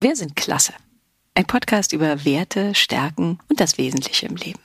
Wir sind klasse. Ein Podcast über Werte, Stärken und das Wesentliche im Leben.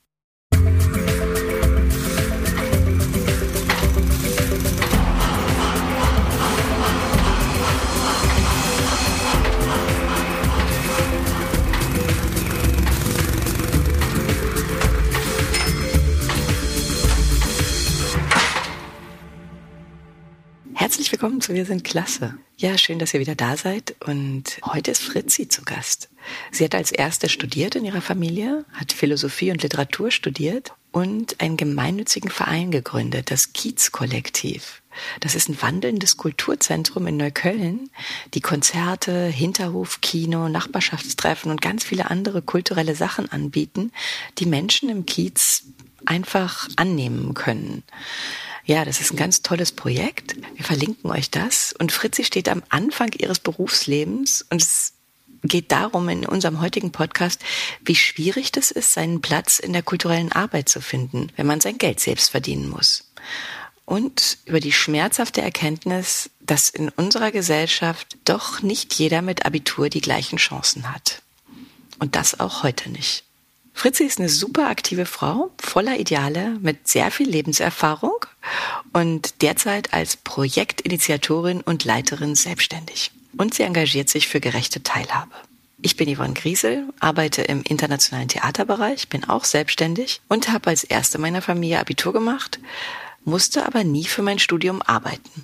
Herzlich willkommen zu Wir sind klasse. Ja, schön, dass ihr wieder da seid. Und heute ist Fritzi zu Gast. Sie hat als Erste studiert in ihrer Familie, hat Philosophie und Literatur studiert und einen gemeinnützigen Verein gegründet, das Kiez-Kollektiv. Das ist ein wandelndes Kulturzentrum in Neukölln, die Konzerte, Hinterhof, Kino, Nachbarschaftstreffen und ganz viele andere kulturelle Sachen anbieten, die Menschen im Kiez einfach annehmen können. Ja, das ist ein ganz tolles Projekt. Wir verlinken euch das. Und Fritzi steht am Anfang ihres Berufslebens und es geht darum in unserem heutigen Podcast, wie schwierig das ist, seinen Platz in der kulturellen Arbeit zu finden, wenn man sein Geld selbst verdienen muss. Und über die schmerzhafte Erkenntnis, dass in unserer Gesellschaft doch nicht jeder mit Abitur die gleichen Chancen hat. Und das auch heute nicht. Fritzi ist eine super aktive Frau, voller Ideale, mit sehr viel Lebenserfahrung und derzeit als Projektinitiatorin und Leiterin selbstständig. Und sie engagiert sich für gerechte Teilhabe. Ich bin Yvonne Griesel, arbeite im internationalen Theaterbereich, bin auch selbstständig und habe als Erste meiner Familie Abitur gemacht, musste aber nie für mein Studium arbeiten.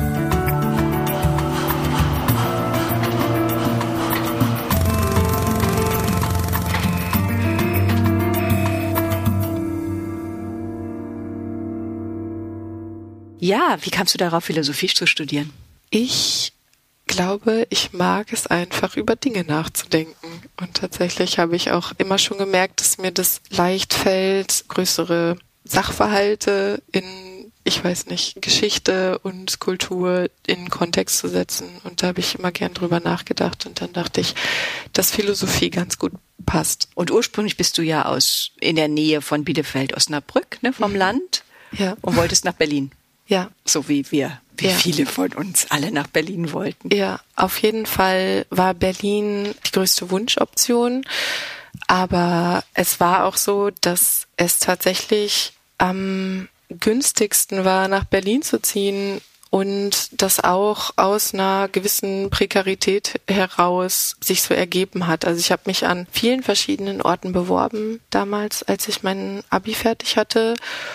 Ja, wie kamst du darauf, Philosophie zu studieren? Ich glaube, ich mag es einfach, über Dinge nachzudenken. Und tatsächlich habe ich auch immer schon gemerkt, dass mir das leicht fällt, größere Sachverhalte in, Geschichte und Kultur in Kontext zu setzen. Und da habe ich immer gern drüber nachgedacht. Und dann dachte ich, dass Philosophie ganz gut passt. Und ursprünglich bist du ja in der Nähe von Bielefeld, Osnabrück, vom Land. Ja. Und wolltest nach Berlin. Ja. So wie viele von uns alle nach Berlin wollten. Ja, auf jeden Fall war Berlin die größte Wunschoption. Aber es war auch so, dass es tatsächlich am günstigsten war, nach Berlin zu ziehen und das auch aus einer gewissen Prekarität heraus sich so ergeben hat. Also ich habe mich an vielen verschiedenen Orten beworben damals, als ich mein Abi fertig hatte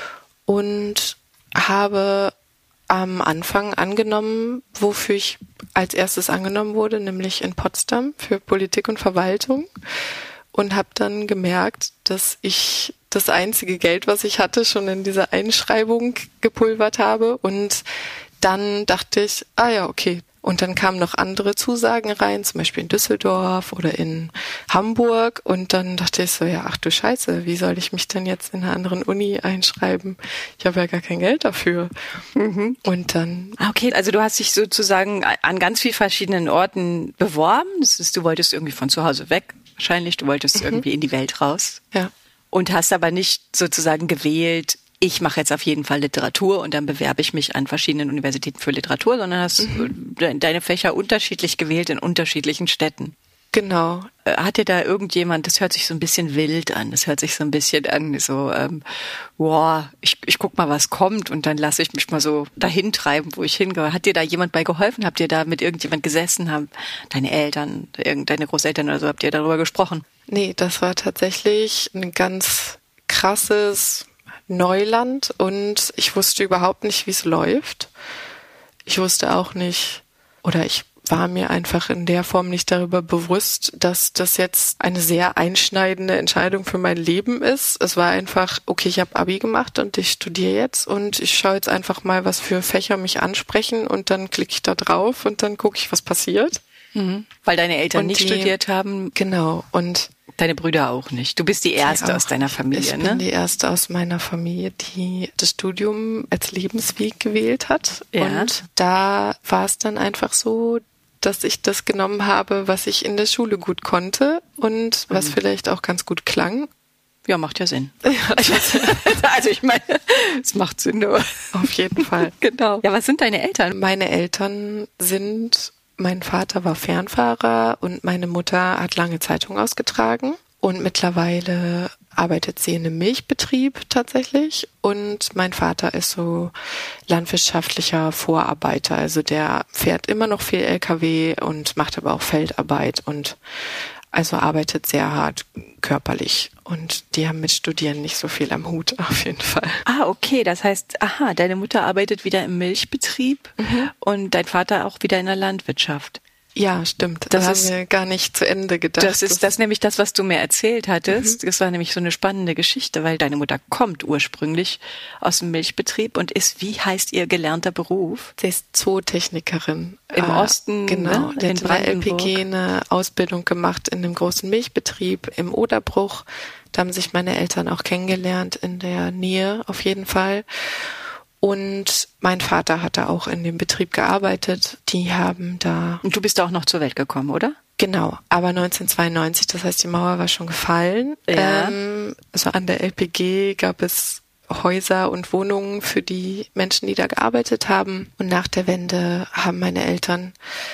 und habe am Anfang angenommen, wofür ich als erstes angenommen wurde, nämlich in Potsdam für Politik und Verwaltung und habe dann gemerkt, dass ich das einzige Geld, was ich hatte, schon in diese Einschreibung gepulvert habe und dann dachte ich, okay. Und dann kamen noch andere Zusagen rein, zum Beispiel in Düsseldorf oder in Hamburg. Und dann dachte ich so, ach du Scheiße, wie soll ich mich denn jetzt in einer anderen Uni einschreiben? Ich habe ja gar kein Geld dafür. Mhm. Und dann... Okay, also du hast dich sozusagen an ganz vielen verschiedenen Orten beworben. Das ist, du wolltest irgendwie von zu Hause weg, wahrscheinlich. Du wolltest irgendwie in die Welt raus. Ja. Und hast aber nicht sozusagen gewählt, ich mache jetzt auf jeden Fall Literatur und dann bewerbe ich mich an verschiedenen Universitäten für Literatur, sondern hast deine Fächer unterschiedlich gewählt in unterschiedlichen Städten. Genau. Hat dir da irgendjemand, das hört sich so ein bisschen wild an, das hört sich so ein bisschen an, so, ich guck mal, was kommt und dann lasse ich mich mal so dahin treiben, wo ich hingehe. Hat dir da jemand bei geholfen? Habt ihr da mit irgendjemand gesessen? Haben deine Eltern, deine Großeltern oder so, habt ihr darüber gesprochen? Nee, das war tatsächlich ein ganz krasses Neuland und ich wusste überhaupt nicht, wie es läuft. Ich wusste auch nicht, oder ich war mir einfach in der Form nicht darüber bewusst, dass das jetzt eine sehr einschneidende Entscheidung für mein Leben ist. Es war einfach, okay, ich habe Abi gemacht und ich studiere jetzt und ich schaue jetzt einfach mal, was für Fächer mich ansprechen und dann klicke ich da drauf und dann gucke ich, was passiert. Mhm. Weil deine Eltern und nicht studiert haben. Genau. Und deine Brüder auch nicht. Du bist die Erste aus deiner Familie, ne? Ich bin die Erste aus meiner Familie, die das Studium als Lebensweg gewählt hat. Ja. Und da war es dann einfach so, dass ich das genommen habe, was ich in der Schule gut konnte und was vielleicht auch ganz gut klang. Ja, macht ja Sinn. Also ich meine, es macht Sinn. Nur. Auf jeden Fall. Genau. Ja, was sind deine Eltern? Meine Eltern sind Mein Vater war Fernfahrer und meine Mutter hat lange Zeitung ausgetragen. Und mittlerweile arbeitet sie in einem Milchbetrieb tatsächlich. Und mein Vater ist so landwirtschaftlicher Vorarbeiter. Also der fährt immer noch viel LKW und macht aber auch Feldarbeit und also arbeitet sehr hart körperlich. Und die haben mit Studieren nicht so viel am Hut, auf jeden Fall. Ah, okay. Das heißt, deine Mutter arbeitet wieder im Milchbetrieb und dein Vater auch wieder in der Landwirtschaft. Ja, stimmt. Das haben wir gar nicht zu Ende gedacht. Das ist nämlich das, was du mir erzählt hattest. Das war nämlich so eine spannende Geschichte, weil deine Mutter kommt ursprünglich aus dem Milchbetrieb und wie heißt ihr gelernter Beruf? Sie ist Zootechnikerin. Im Osten, genau. Ne? Die hat in der LPG eine Ausbildung gemacht in einem großen Milchbetrieb im Oderbruch. Da haben sich meine Eltern auch kennengelernt, in der Nähe auf jeden Fall. Und mein Vater hat da auch in dem Betrieb gearbeitet. Die haben da... Und du bist da auch noch zur Welt gekommen, oder? Genau, aber 1992, das heißt, die Mauer war schon gefallen. Ja. Also an der LPG gab es Häuser und Wohnungen für die Menschen, die da gearbeitet haben. Und nach der Wende haben meine Eltern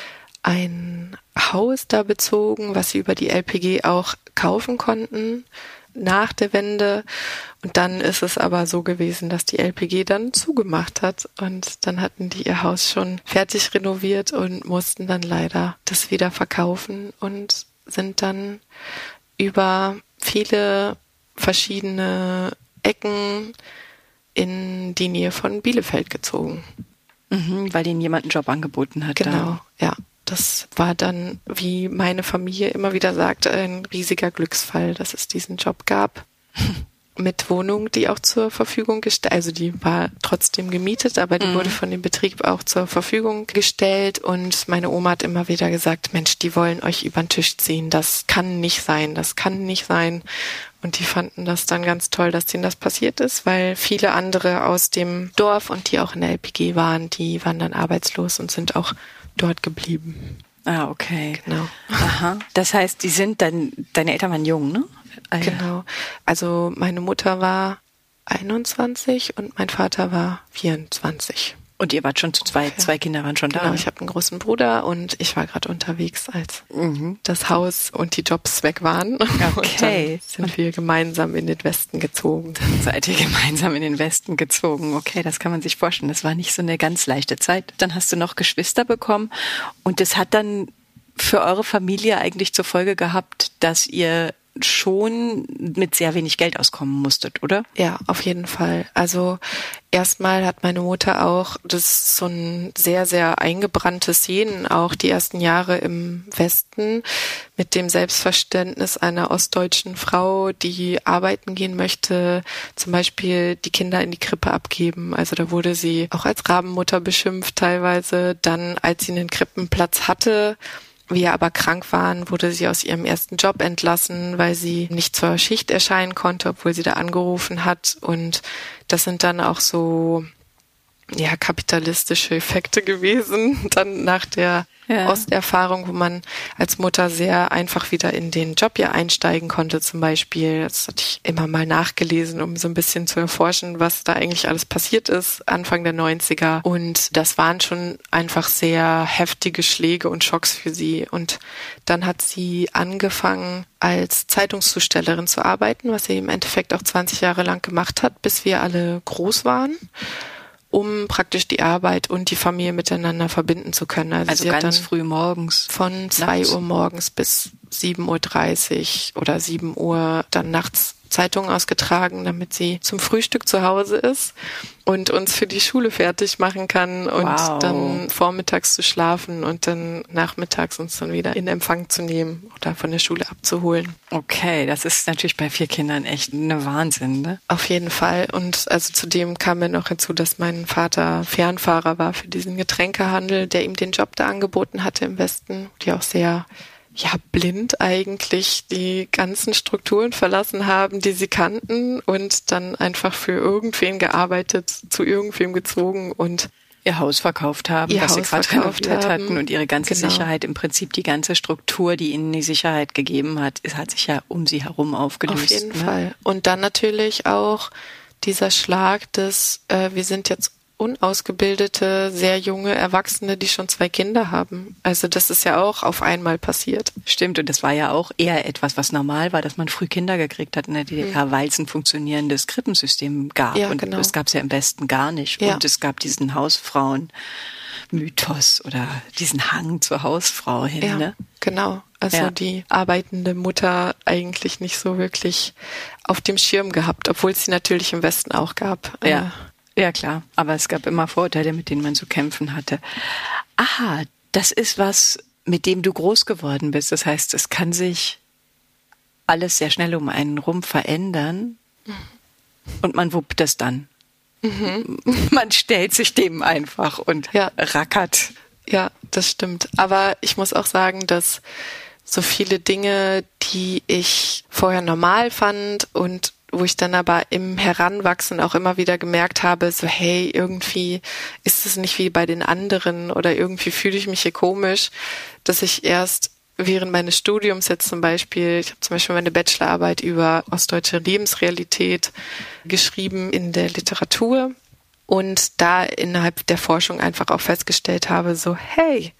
ein Haus da bezogen, was sie über die LPG auch kaufen konnten. Nach der Wende. Und dann ist es aber so gewesen, dass die LPG dann zugemacht hat. Und dann hatten die ihr Haus schon fertig renoviert und mussten dann leider das wieder verkaufen und sind dann über viele verschiedene Ecken in die Nähe von Bielefeld gezogen. Weil denen jemand einen Job angeboten hat. Genau, ja. Das war dann, wie meine Familie immer wieder sagt, ein riesiger Glücksfall, dass es diesen Job gab. Mit Wohnung, die auch zur Verfügung gestellt, also die war trotzdem gemietet, aber die wurde von dem Betrieb auch zur Verfügung gestellt. Und meine Oma hat immer wieder gesagt, Mensch, die wollen euch über den Tisch ziehen. Das kann nicht sein, das kann nicht sein. Und die fanden das dann ganz toll, dass denen das passiert ist, weil viele andere aus dem Dorf und die auch in der LPG waren, die waren dann arbeitslos und sind auch dort geblieben. Ah, okay. Genau. Aha. Das heißt, deine Eltern waren jung, ne? Genau. Also meine Mutter war 21 und mein Vater war 24. Und ihr wart schon zu zwei Kinder waren schon da? Genau, ich habe einen großen Bruder und ich war gerade unterwegs, als das Haus und die Jobs weg waren. Okay. Und dann sind wir gemeinsam in den Westen gezogen. Seid ihr gemeinsam in den Westen gezogen? Okay, das kann man sich vorstellen. Das war nicht so eine ganz leichte Zeit. Dann hast du noch Geschwister bekommen und das hat dann für eure Familie eigentlich zur Folge gehabt, dass ihr schon mit sehr wenig Geld auskommen musstet, oder? Ja, auf jeden Fall. Also erstmal hat meine Mutter auch, das ist so ein sehr, sehr eingebrannte Szenen, auch die ersten Jahre im Westen, mit dem Selbstverständnis einer ostdeutschen Frau, die arbeiten gehen möchte, zum Beispiel die Kinder in die Krippe abgeben. Also da wurde sie auch als Rabenmutter beschimpft teilweise. Dann, als sie einen Krippenplatz hatte, wir aber krank waren, wurde sie aus ihrem ersten Job entlassen, weil sie nicht zur Schicht erscheinen konnte, obwohl sie da angerufen hat. Und das sind dann auch so kapitalistische Effekte gewesen, dann nach der Osterfahrung, wo man als Mutter sehr einfach wieder in den Job einsteigen konnte zum Beispiel. Das hatte ich immer mal nachgelesen, um so ein bisschen zu erforschen, was da eigentlich alles passiert ist, Anfang der 90er. Und das waren schon einfach sehr heftige Schläge und Schocks für sie. Und dann hat sie angefangen, als Zeitungszustellerin zu arbeiten, was sie im Endeffekt auch 20 Jahre lang gemacht hat, bis wir alle groß waren, um praktisch die Arbeit und die Familie miteinander verbinden zu können. Also sie ganz hat dann früh morgens. Von 2 Uhr morgens bis 7:30 Uhr oder 7 Uhr dann nachts Zeitungen ausgetragen, damit sie zum Frühstück zu Hause ist und uns für die Schule fertig machen kann und dann vormittags zu schlafen und dann nachmittags uns dann wieder in Empfang zu nehmen oder von der Schule abzuholen. Okay, das ist natürlich bei 4 Kindern echt eine Wahnsinn, ne? Auf jeden Fall. Und also zudem kam mir noch hinzu, dass mein Vater Fernfahrer war für diesen Getränkehandel, der ihm den Job da angeboten hatte im Westen, die auch sehr blind eigentlich die ganzen Strukturen verlassen haben, die sie kannten und dann einfach für irgendwen gearbeitet, zu irgendwem gezogen und ihr Haus verkauft haben, was sie gerade renoviert hatten und ihre ganze Sicherheit, im Prinzip die ganze Struktur, die ihnen die Sicherheit gegeben hat, es hat sich ja um sie herum aufgelöst. Auf jeden Fall. Und dann natürlich auch dieser Schlag des, wir sind jetzt unausgebildete, sehr junge Erwachsene, die schon 2 Kinder haben. Also das ist ja auch auf einmal passiert. Stimmt, und das war ja auch eher etwas, was normal war, dass man früh Kinder gekriegt hat in der DDR, weil es ein funktionierendes Krippensystem gab. Ja, und genau. das gab es ja im Westen gar nicht. Ja. Und es gab diesen Hausfrauen-Mythos oder diesen Hang zur Hausfrau hin. Ja, ne? genau. Also die arbeitende Mutter eigentlich nicht so wirklich auf dem Schirm gehabt, obwohl es sie natürlich im Westen auch gab. Ja. Ja, klar. Aber es gab immer Vorurteile, mit denen man zu kämpfen hatte. Aha, das ist was, mit dem du groß geworden bist. Das heißt, es kann sich alles sehr schnell um einen rum verändern und man wuppt das dann. Man stellt sich dem einfach und rackert. Ja, das stimmt. Aber ich muss auch sagen, dass so viele Dinge, die ich vorher normal fand und wo ich dann aber im Heranwachsen auch immer wieder gemerkt habe, so hey, irgendwie ist es nicht wie bei den anderen oder irgendwie fühle ich mich hier komisch, dass ich erst während meines Studiums jetzt zum Beispiel, ich habe zum Beispiel meine Bachelorarbeit über ostdeutsche Lebensrealität geschrieben in der Literatur und da innerhalb der Forschung einfach auch festgestellt habe, so hey,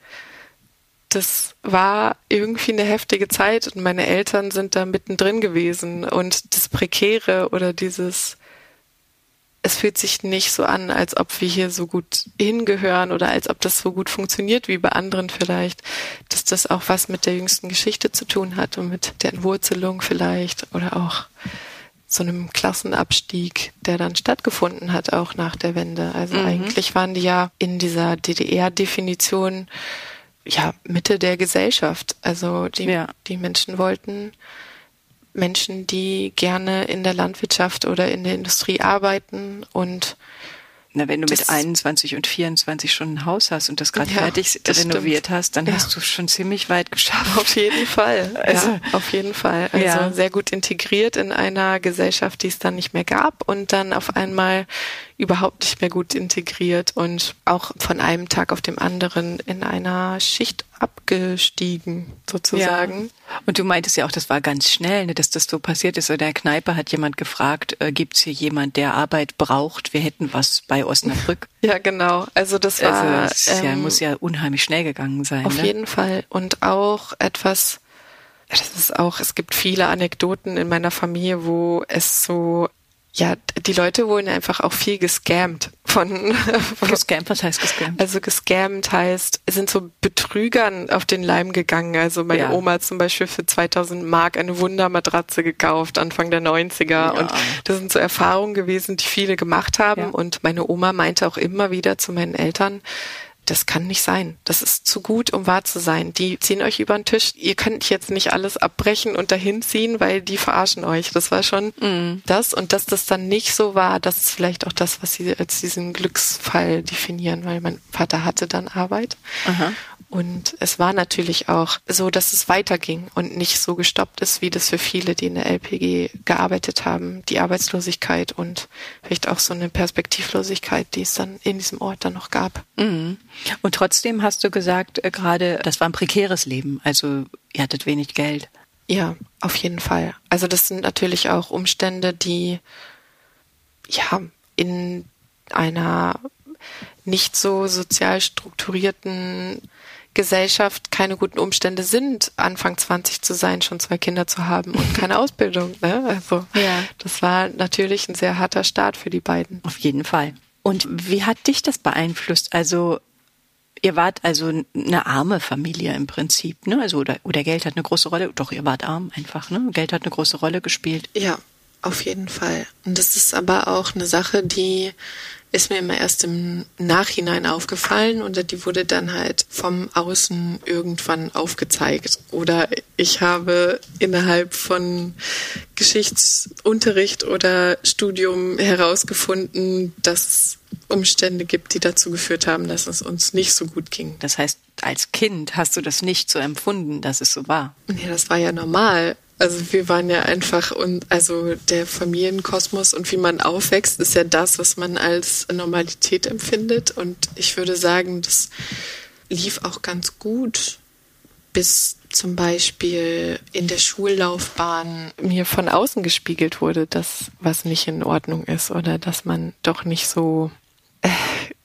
das war irgendwie eine heftige Zeit und meine Eltern sind da mittendrin gewesen und das Prekäre oder es fühlt sich nicht so an, als ob wir hier so gut hingehören oder als ob das so gut funktioniert wie bei anderen vielleicht, dass das auch was mit der jüngsten Geschichte zu tun hat und mit der Entwurzelung vielleicht oder auch so einem Klassenabstieg, der dann stattgefunden hat, auch nach der Wende. Also eigentlich waren die ja in dieser DDR-Definition Mitte der Gesellschaft. Also die Menschen wollten Menschen, die gerne in der Landwirtschaft oder in der Industrie arbeiten und wenn du mit 21 und 24 schon ein Haus hast und das gerade fertig renoviert hast, dann hast du schon ziemlich weit geschafft. Auf jeden Fall. Auf jeden Fall. Also sehr gut integriert in einer Gesellschaft, die es dann nicht mehr gab und dann auf einmal überhaupt nicht mehr gut integriert und auch von einem Tag auf dem anderen in einer Schicht abgestiegen, sozusagen. Ja. Und du meintest ja auch, das war ganz schnell, ne, dass das so passiert ist. In der Kneipe hat jemand gefragt, gibt's hier jemand, der Arbeit braucht? Wir hätten was bei Osnabrück. Ja, genau. Also das war... muss ja unheimlich schnell gegangen sein. Auf jeden Fall. Und auch etwas... es gibt viele Anekdoten in meiner Familie, wo es so... Ja, die Leute wurden einfach auch viel gescammt Gescammt, was heißt gescammt? Also gescammt heißt, es sind so Betrügern auf den Leim gegangen. Also meine Oma hat zum Beispiel für 2000 Mark eine Wundermatratze gekauft, Anfang der 90er. Ja. Und das sind so Erfahrungen gewesen, die viele gemacht haben. Ja. Und meine Oma meinte auch immer wieder zu meinen Eltern, das kann nicht sein. Das ist zu gut, um wahr zu sein. Die ziehen euch über den Tisch. Ihr könnt jetzt nicht alles abbrechen und dahin ziehen, weil die verarschen euch. Das war schon das. Und dass das dann nicht so war, das ist vielleicht auch das, was sie als diesen Glücksfall definieren, weil mein Vater hatte dann Arbeit. Aha. Und es war natürlich auch so, dass es weiterging und nicht so gestoppt ist, wie das für viele, die in der LPG gearbeitet haben, die Arbeitslosigkeit und vielleicht auch so eine Perspektivlosigkeit, die es dann in diesem Ort dann noch gab. Mhm. Und trotzdem hast du gesagt, gerade, das war ein prekäres Leben, also ihr hattet wenig Geld. Ja, auf jeden Fall. Also das sind natürlich auch Umstände, die in einer nicht so sozial strukturierten Gesellschaft keine guten Umstände sind, Anfang 20 zu sein, schon 2 Kinder zu haben und keine Ausbildung. Ne? Also das war natürlich ein sehr harter Start für die beiden. Auf jeden Fall. Und wie hat dich das beeinflusst? Also ihr wart also eine arme Familie im Prinzip, ne? Also oder Geld hat eine große Rolle. Doch, ihr wart arm einfach, ne? Geld hat eine große Rolle gespielt. Ja, auf jeden Fall. Und das ist aber auch eine Sache, die ist mir immer erst im Nachhinein aufgefallen und die wurde dann halt vom Außen irgendwann aufgezeigt. Oder ich habe innerhalb von Geschichtsunterricht oder Studium herausgefunden, dass es Umstände gibt, die dazu geführt haben, dass es uns nicht so gut ging. Das heißt, als Kind hast du das nicht so empfunden, dass es so war? Ja, das war ja normal. Also wir waren ja einfach, also der Familienkosmos und wie man aufwächst, ist ja das, was man als Normalität empfindet. Und ich würde sagen, das lief auch ganz gut, bis zum Beispiel in der Schullaufbahn mir von außen gespiegelt wurde, dass was nicht in Ordnung ist oder dass man doch nicht so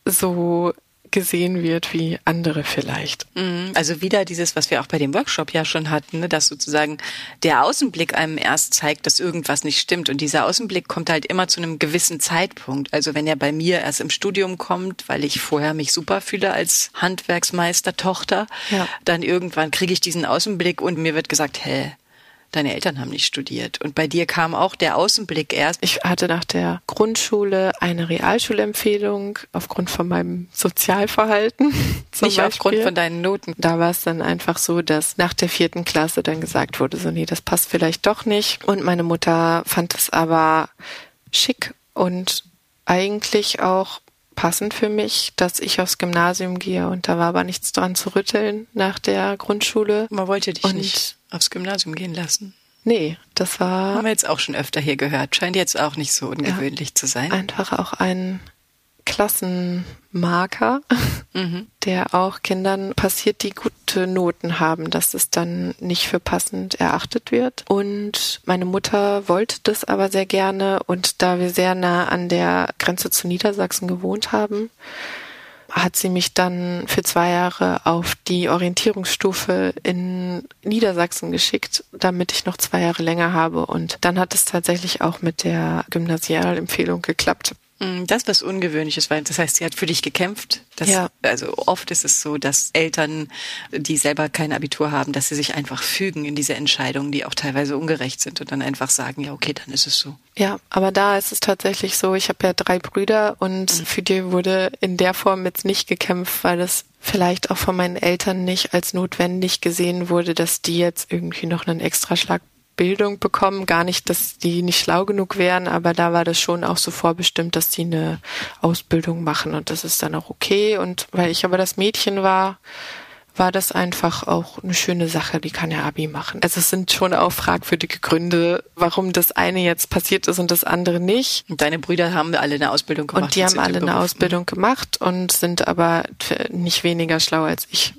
so gesehen wird wie andere vielleicht. Also wieder dieses, was wir auch bei dem Workshop ja schon hatten, ne, dass sozusagen der Außenblick einem erst zeigt, dass irgendwas nicht stimmt. Und dieser Außenblick kommt halt immer zu einem gewissen Zeitpunkt. Also wenn er bei mir erst im Studium kommt, weil ich vorher mich super fühle als Handwerksmeistertochter, dann irgendwann kriege ich diesen Außenblick und mir wird gesagt, deine Eltern haben nicht studiert. Und bei dir kam auch der Außenblick erst. Ich hatte nach der Grundschule eine Realschulempfehlung aufgrund von meinem Sozialverhalten. Nicht aufgrund von deinen Noten. Da war es dann einfach so, dass nach der 4. Klasse dann gesagt wurde, so nee, das passt vielleicht doch nicht. Und meine Mutter fand es aber schick und eigentlich auch passend für mich, dass ich aufs Gymnasium gehe. Und da war aber nichts dran zu rütteln nach der Grundschule. Man wollte dich nicht aufs Gymnasium gehen lassen. Nee, das war... Haben wir jetzt auch schon öfter hier gehört. Scheint jetzt auch nicht so ungewöhnlich zu sein. Einfach auch ein Klassenmarker, der auch Kindern passiert, die gute Noten haben, dass es dann nicht für passend erachtet wird. Und meine Mutter wollte das aber sehr gerne. Und da wir sehr nah an der Grenze zu Niedersachsen gewohnt haben, hat sie mich dann für 2 Jahre auf die Orientierungsstufe in Niedersachsen geschickt, damit ich noch 2 Jahre länger habe. Und dann hat es tatsächlich auch mit der Gymnasialempfehlung geklappt. Das, was Ungewöhnliches war, das heißt, sie hat für dich gekämpft. Also oft ist es so, dass Eltern, die selber kein Abitur haben, dass sie sich einfach fügen in diese Entscheidungen, die auch teilweise ungerecht sind und dann einfach sagen, ja okay, dann ist es so. Ja, aber da ist es tatsächlich so, ich habe ja 3 Brüder und für die wurde in der Form jetzt nicht gekämpft, weil es vielleicht auch von meinen Eltern nicht als notwendig gesehen wurde, dass die jetzt irgendwie noch einen Extraschlag Bildung bekommen. Gar nicht, dass die nicht schlau genug wären, aber da war das schon auch so vorbestimmt, dass die eine Ausbildung machen und das ist dann auch okay. Und weil ich aber das Mädchen war das einfach auch eine schöne Sache, die kann ja Abi machen. Also es sind schon auch fragwürdige Gründe, warum das eine jetzt passiert ist und das andere nicht. Und deine Brüder haben alle eine Ausbildung gemacht? Und die haben alle eine Ausbildung gemacht und sind aber nicht weniger schlau als ich.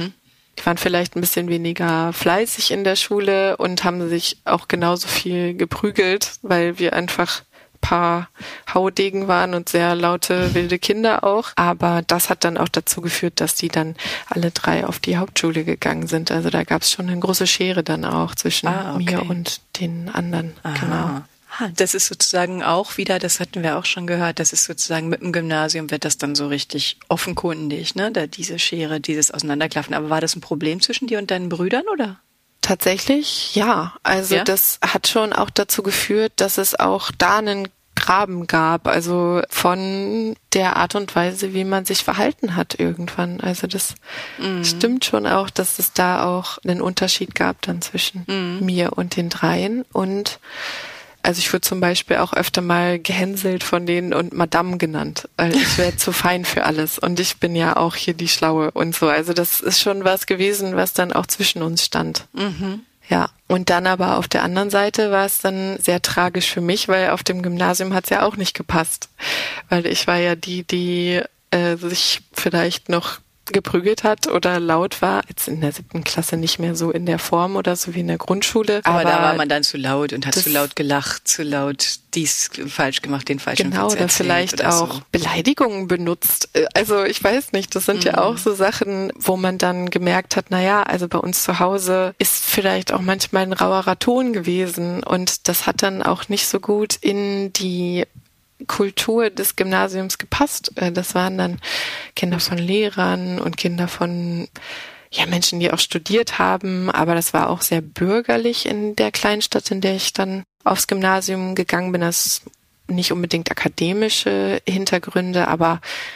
Die waren vielleicht ein bisschen weniger fleißig in der Schule und haben sich auch genauso viel geprügelt, weil wir einfach ein paar Haudegen waren und sehr laute, wilde Kinder auch. Aber das hat dann auch dazu geführt, dass die dann alle 3 auf die Hauptschule gegangen sind. Also da gab es schon eine große Schere dann auch zwischen mir und den anderen. Genau. Das ist sozusagen auch wieder, das hatten wir auch schon gehört, das ist sozusagen mit dem Gymnasium wird das dann so richtig offenkundig, ne? Da diese Schere, dieses Auseinanderklaffen. Aber war das ein Problem zwischen dir und deinen Brüdern, oder? Tatsächlich, ja. Also das hat schon auch dazu geführt, dass es auch da einen Graben gab, also von der Art und Weise, wie man sich verhalten hat irgendwann. Also das stimmt schon auch, dass es da auch einen Unterschied gab dann zwischen mir und den 3. Und also ich wurde zum Beispiel auch öfter mal gehänselt von denen und Madame genannt, weil ich wäre zu fein für alles und ich bin ja auch hier die Schlaue und so. Also das ist schon was gewesen, was dann auch zwischen uns stand. Ja, und dann aber auf der anderen Seite war es dann sehr tragisch für mich, weil auf dem Gymnasium hat es ja auch nicht gepasst, weil ich war ja die sich vielleicht noch geprügelt hat oder laut war, jetzt in der 7. Klasse nicht mehr so in der Form oder so wie in der Grundschule. Aber da war man dann zu laut und hat zu laut gelacht, zu laut dies falsch gemacht, den falschen Witz erzählt. Genau, oder vielleicht auch so Beleidigungen benutzt. Also ich weiß nicht, das sind ja auch so Sachen, wo man dann gemerkt hat, naja, also bei uns zu Hause ist vielleicht auch manchmal ein rauerer Ton gewesen und das hat dann auch nicht so gut in die Kultur des Gymnasiums gepasst. Das waren dann Kinder von Lehrern und Kinder von Menschen, die auch studiert haben, aber das war auch sehr bürgerlich in der Kleinstadt, in der ich dann aufs Gymnasium gegangen bin. Das nicht unbedingt akademische Hintergründe, aber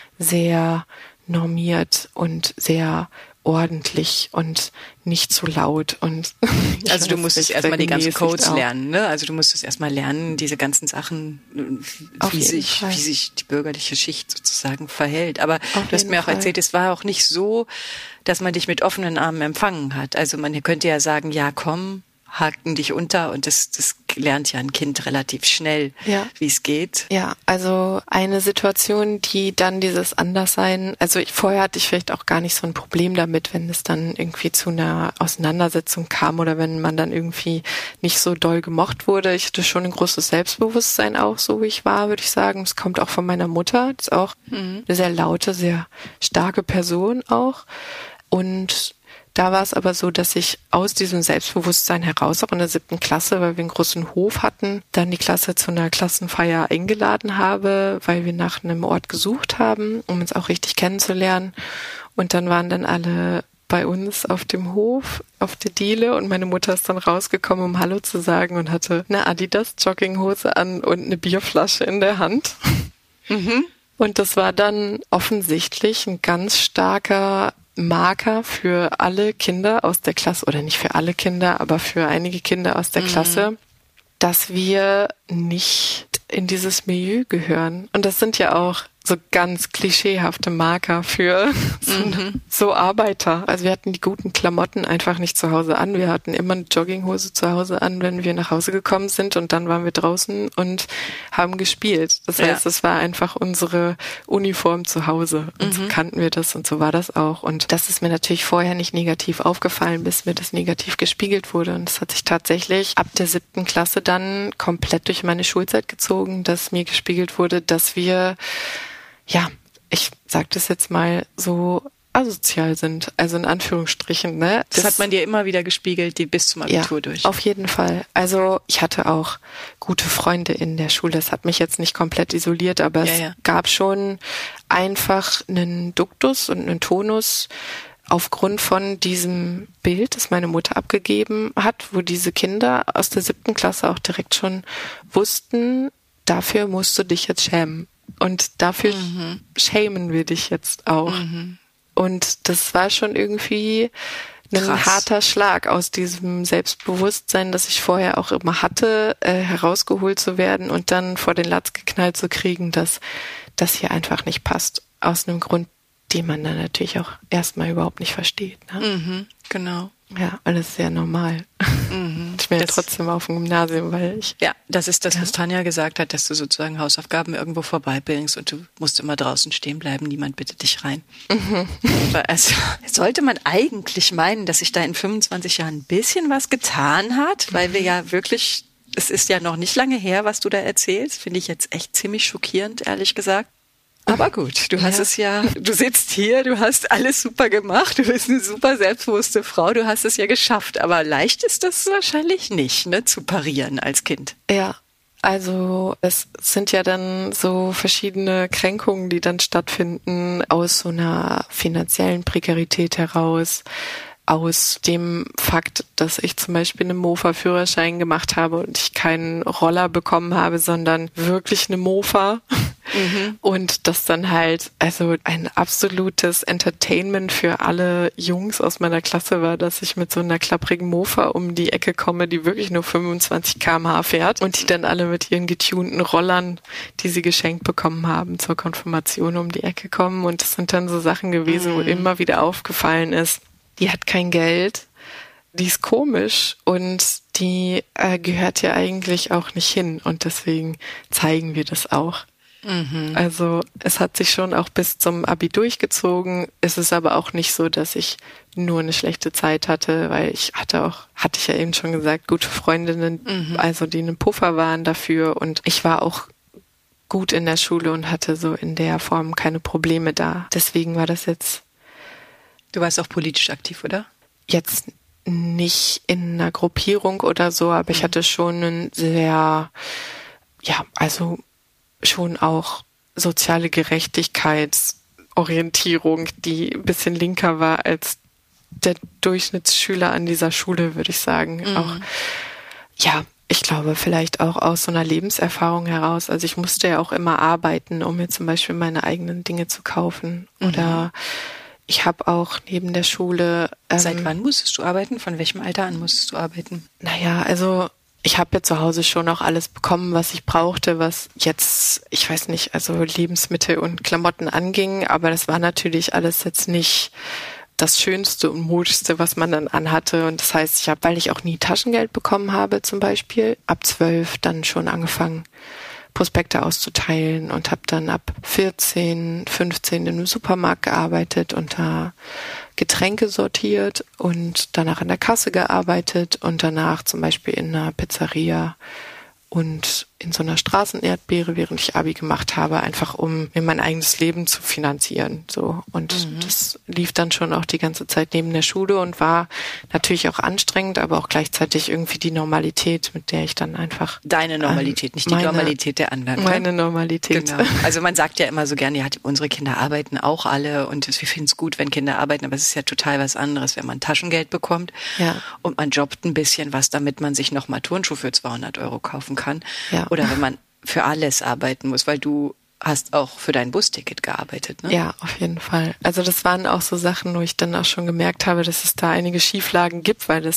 sehr normiert und sehr ordentlich und nicht zu laut und also du musstest erstmal die ganzen Codes lernen, ne? Also du musstest erstmal lernen, diese ganzen Sachen, wie sich die bürgerliche Schicht sozusagen verhält. Aber du hast mir auch erzählt, es war auch nicht so, dass man dich mit offenen Armen empfangen hat. Also man könnte ja sagen, ja komm, hakten dich unter und das lernt ja ein Kind relativ schnell, wie es geht. Ja, also eine Situation, die dann dieses Anderssein, also vorher hatte ich vielleicht auch gar nicht so ein Problem damit, wenn es dann irgendwie zu einer Auseinandersetzung kam oder wenn man dann irgendwie nicht so doll gemocht wurde. Ich hatte schon ein großes Selbstbewusstsein auch, so wie ich war, würde ich sagen. Es kommt auch von meiner Mutter, das ist auch eine sehr laute, sehr starke Person auch. Und da war es aber so, dass ich aus diesem Selbstbewusstsein heraus, auch in der 7. Klasse, weil wir einen großen Hof hatten, dann die Klasse zu einer Klassenfeier eingeladen habe, weil wir nach einem Ort gesucht haben, um uns auch richtig kennenzulernen. Und dann waren dann alle bei uns auf dem Hof, auf der Diele, und meine Mutter ist dann rausgekommen, um Hallo zu sagen, und hatte eine Adidas-Jogginghose an und eine Bierflasche in der Hand. Und das war dann offensichtlich ein ganz starker Marker für alle Kinder aus der Klasse, oder nicht für alle Kinder, aber für einige Kinder aus der Klasse, dass wir nicht in dieses Milieu gehören. Und das sind ja auch so ganz klischeehafte Marker für so Arbeiter. Also wir hatten die guten Klamotten einfach nicht zu Hause an. Wir hatten immer eine Jogginghose zu Hause an, wenn wir nach Hause gekommen sind, und dann waren wir draußen und haben gespielt. Das heißt, das war einfach unsere Uniform zu Hause. Und so kannten wir das, und so war das auch. Und das ist mir natürlich vorher nicht negativ aufgefallen, bis mir das negativ gespiegelt wurde. Und das hat sich tatsächlich ab der 7. Klasse dann komplett durch meine Schulzeit gezogen, dass mir gespiegelt wurde, dass wir, ja, ich sag das jetzt mal, so asozial sind, also in Anführungsstrichen, ne? Das hat man dir immer wieder gespiegelt, die bis zum Abitur durch. Auf jeden Fall. Also ich hatte auch gute Freunde in der Schule. Das hat mich jetzt nicht komplett isoliert, aber es gab schon einfach einen Duktus und einen Tonus aufgrund von diesem Bild, das meine Mutter abgegeben hat, wo diese Kinder aus der 7. Klasse auch direkt schon wussten, dafür musst du dich jetzt schämen. Und dafür schämen wir dich jetzt auch. Und das war schon irgendwie ein harter Schlag, aus diesem Selbstbewusstsein, das ich vorher auch immer hatte, herausgeholt zu werden und dann vor den Latz geknallt zu kriegen, dass das hier einfach nicht passt. Aus einem Grund, den man dann natürlich auch erstmal überhaupt nicht versteht. Ne? Genau. Ja, alles sehr normal. Ich bin ja trotzdem auf dem Gymnasium, weil ich... Ja, das ist das, was Tanja gesagt hat, dass du sozusagen Hausaufgaben irgendwo vorbeibringst und du musst immer draußen stehen bleiben, niemand bittet dich rein. Also sollte man eigentlich meinen, dass sich da in 25 Jahren ein bisschen was getan hat, weil wir ja wirklich, es ist ja noch nicht lange her, was du da erzählst, finde ich jetzt echt ziemlich schockierend, ehrlich gesagt. Aber gut, du hast es ja, du sitzt hier, du hast alles super gemacht, du bist eine super selbstbewusste Frau, du hast es ja geschafft. Aber leicht ist das wahrscheinlich nicht, ne, zu parieren als Kind. Ja, also es sind ja dann so verschiedene Kränkungen, die dann stattfinden aus so einer finanziellen Prekarität heraus, aus dem Fakt, dass ich zum Beispiel einen Mofa-Führerschein gemacht habe und ich keinen Roller bekommen habe, sondern wirklich eine Mofa. Und das dann halt, also ein absolutes Entertainment für alle Jungs aus meiner Klasse war, dass ich mit so einer klapprigen Mofa um die Ecke komme, die wirklich nur 25 km/h fährt, und die dann alle mit ihren getunten Rollern, die sie geschenkt bekommen haben, zur Konfirmation um die Ecke kommen. Und das sind dann so Sachen gewesen, wo immer wieder aufgefallen ist, die hat kein Geld, die ist komisch und die gehört ja eigentlich auch nicht hin, und deswegen zeigen wir das auch. Also es hat sich schon auch bis zum Abi durchgezogen. Es ist aber auch nicht so, dass ich nur eine schlechte Zeit hatte, weil ich hatte ich ja eben schon gesagt, gute Freundinnen, also die einen Puffer waren dafür, und ich war auch gut in der Schule und hatte so in der Form keine Probleme da. Deswegen war das jetzt... Du warst auch politisch aktiv, oder? Jetzt nicht in einer Gruppierung oder so, aber ich hatte schon einen sehr, also schon auch soziale Gerechtigkeitsorientierung, die ein bisschen linker war als der Durchschnittsschüler an dieser Schule, würde ich sagen. Auch, ich glaube, vielleicht auch aus so einer Lebenserfahrung heraus. Also ich musste ja auch immer arbeiten, um mir zum Beispiel meine eigenen Dinge zu kaufen. Oder ich habe auch neben der Schule... Seit wann musstest du arbeiten? Von welchem Alter an musstest du arbeiten? Naja, also ich habe ja zu Hause schon auch alles bekommen, was ich brauchte, was jetzt, ich weiß nicht, also Lebensmittel und Klamotten anging, aber das war natürlich alles jetzt nicht das Schönste und Modischste, was man dann anhatte. Und das heißt, weil ich auch nie Taschengeld bekommen habe zum Beispiel, ab 12 dann schon angefangen, Prospekte auszuteilen und habe dann ab 14, 15 im Supermarkt gearbeitet und da Getränke sortiert und danach an der Kasse gearbeitet und danach zum Beispiel in einer Pizzeria und in so einer Straßenerdbeere, während ich Abi gemacht habe, einfach um mir mein eigenes Leben zu finanzieren. So. Und das lief dann schon auch die ganze Zeit neben der Schule und war natürlich auch anstrengend, aber auch gleichzeitig irgendwie die Normalität, mit der ich dann einfach... Deine Normalität, nicht die Normalität der anderen. Meine Normalität. Genau. Also man sagt ja immer so gerne, ja, unsere Kinder arbeiten auch alle und wir finden es gut, wenn Kinder arbeiten, aber es ist ja total was anderes, wenn man Taschengeld bekommt und man jobbt ein bisschen was, damit man sich nochmal Turnschuhe für 200 € kaufen kann. Ja. Oder wenn man für alles arbeiten muss, weil du hast auch für dein Busticket gearbeitet, ne? Ja, auf jeden Fall. Also das waren auch so Sachen, wo ich dann auch schon gemerkt habe, dass es da einige Schieflagen gibt, weil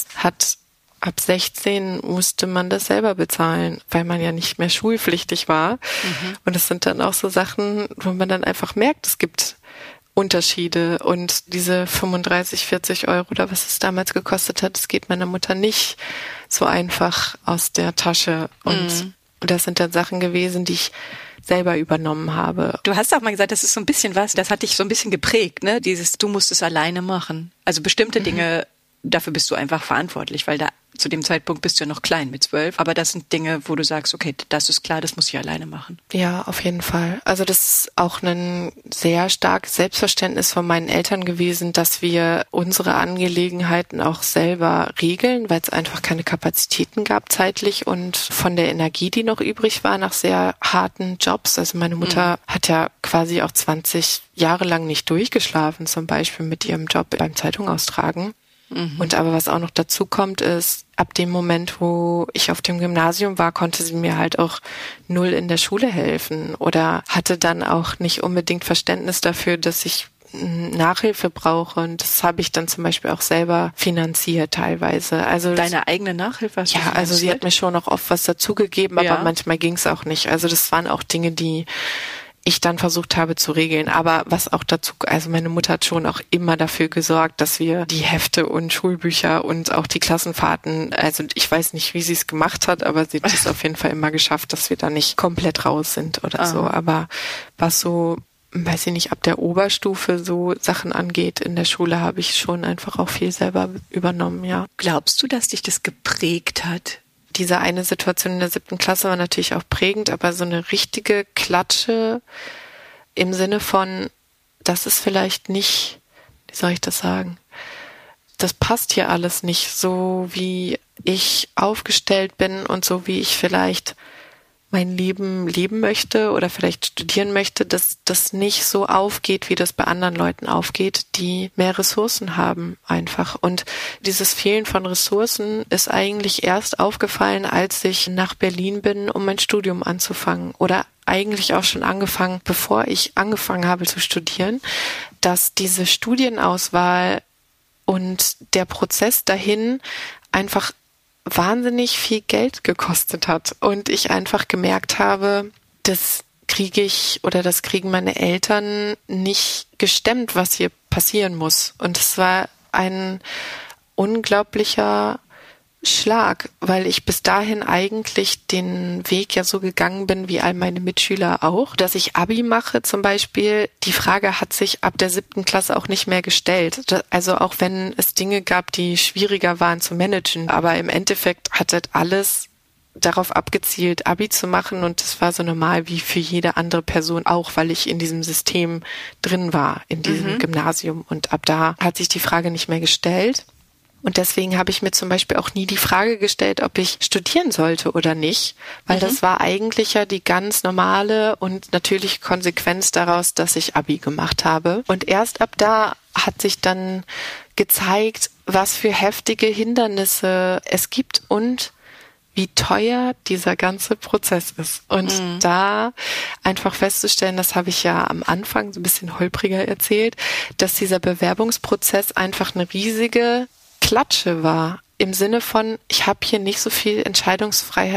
ab 16 musste man das selber bezahlen, weil man ja nicht mehr schulpflichtig war. Und das sind dann auch so Sachen, wo man dann einfach merkt, es gibt Unterschiede und diese 35, 40 € oder was es damals gekostet hat, das geht meiner Mutter nicht so einfach aus der Tasche. Und das sind dann Sachen gewesen, die ich selber übernommen habe. Du hast auch mal gesagt, das ist so ein bisschen was, das hat dich so ein bisschen geprägt, ne? Du musst es alleine machen. Also bestimmte Dinge, dafür bist du einfach verantwortlich, weil zu dem Zeitpunkt bist du ja noch klein mit 12. Aber das sind Dinge, wo du sagst, okay, das ist klar, das muss ich alleine machen. Ja, auf jeden Fall. Also das ist auch ein sehr starkes Selbstverständnis von meinen Eltern gewesen, dass wir unsere Angelegenheiten auch selber regeln, weil es einfach keine Kapazitäten gab zeitlich und von der Energie, die noch übrig war nach sehr harten Jobs. Also meine Mutter hat ja quasi auch 20 Jahre lang nicht durchgeschlafen, zum Beispiel mit ihrem Job beim Zeitung austragen. Und aber was auch noch dazu kommt, ist, ab dem Moment, wo ich auf dem Gymnasium war, konnte sie mir halt auch null in der Schule helfen oder hatte dann auch nicht unbedingt Verständnis dafür, dass ich Nachhilfe brauche. Und das habe ich dann zum Beispiel auch selber finanziert teilweise. Also deine eigene Nachhilfe hast du finanziert? Also sie hat mir schon noch oft was dazugegeben, aber manchmal ging es auch nicht. Also das waren auch Dinge, die ich dann versucht habe zu regeln. Aber was auch dazu, also meine Mutter hat schon auch immer dafür gesorgt, dass wir die Hefte und Schulbücher und auch die Klassenfahrten, also ich weiß nicht, wie sie es gemacht hat, aber sie hat es auf jeden Fall immer geschafft, dass wir da nicht komplett raus sind oder so. Aber was so, weiß ich nicht, ab der Oberstufe so Sachen angeht in der Schule, habe ich schon einfach auch viel selber übernommen, ja. Glaubst du, dass dich das geprägt hat? Diese eine Situation in der 7. Klasse war natürlich auch prägend, aber so eine richtige Klatsche im Sinne von, das ist vielleicht nicht, wie soll ich das sagen, das passt hier alles nicht so, wie ich aufgestellt bin und so, wie ich vielleicht mein Leben leben möchte oder vielleicht studieren möchte, dass das nicht so aufgeht, wie das bei anderen Leuten aufgeht, die mehr Ressourcen haben einfach. Und dieses Fehlen von Ressourcen ist eigentlich erst aufgefallen, als ich nach Berlin bin, um mein Studium anzufangen. Oder eigentlich auch schon angefangen, bevor ich angefangen habe zu studieren, dass diese Studienauswahl und der Prozess dahin einfach wahnsinnig viel Geld gekostet hat und ich einfach gemerkt habe, das kriegen meine Eltern nicht gestemmt, was hier passieren muss. Und es war ein unglaublicher Schlag, weil ich bis dahin eigentlich den Weg ja so gegangen bin, wie all meine Mitschüler auch, dass ich Abi mache zum Beispiel. Die Frage hat sich ab der 7. Klasse auch nicht mehr gestellt. Also auch wenn es Dinge gab, die schwieriger waren zu managen, aber im Endeffekt hat das alles darauf abgezielt, Abi zu machen und das war so normal wie für jede andere Person auch, weil ich in diesem System drin war, in diesem Gymnasium und ab da hat sich die Frage nicht mehr gestellt. Und deswegen habe ich mir zum Beispiel auch nie die Frage gestellt, ob ich studieren sollte oder nicht, weil das war eigentlich ja die ganz normale und natürliche Konsequenz daraus, dass ich Abi gemacht habe. Und erst ab da hat sich dann gezeigt, was für heftige Hindernisse es gibt und wie teuer dieser ganze Prozess ist. Und da einfach festzustellen, das habe ich ja am Anfang so ein bisschen holpriger erzählt, dass dieser Bewerbungsprozess einfach eine riesige Klatsche war. Im Sinne von, ich habe hier nicht so viel Entscheidungsfreiheit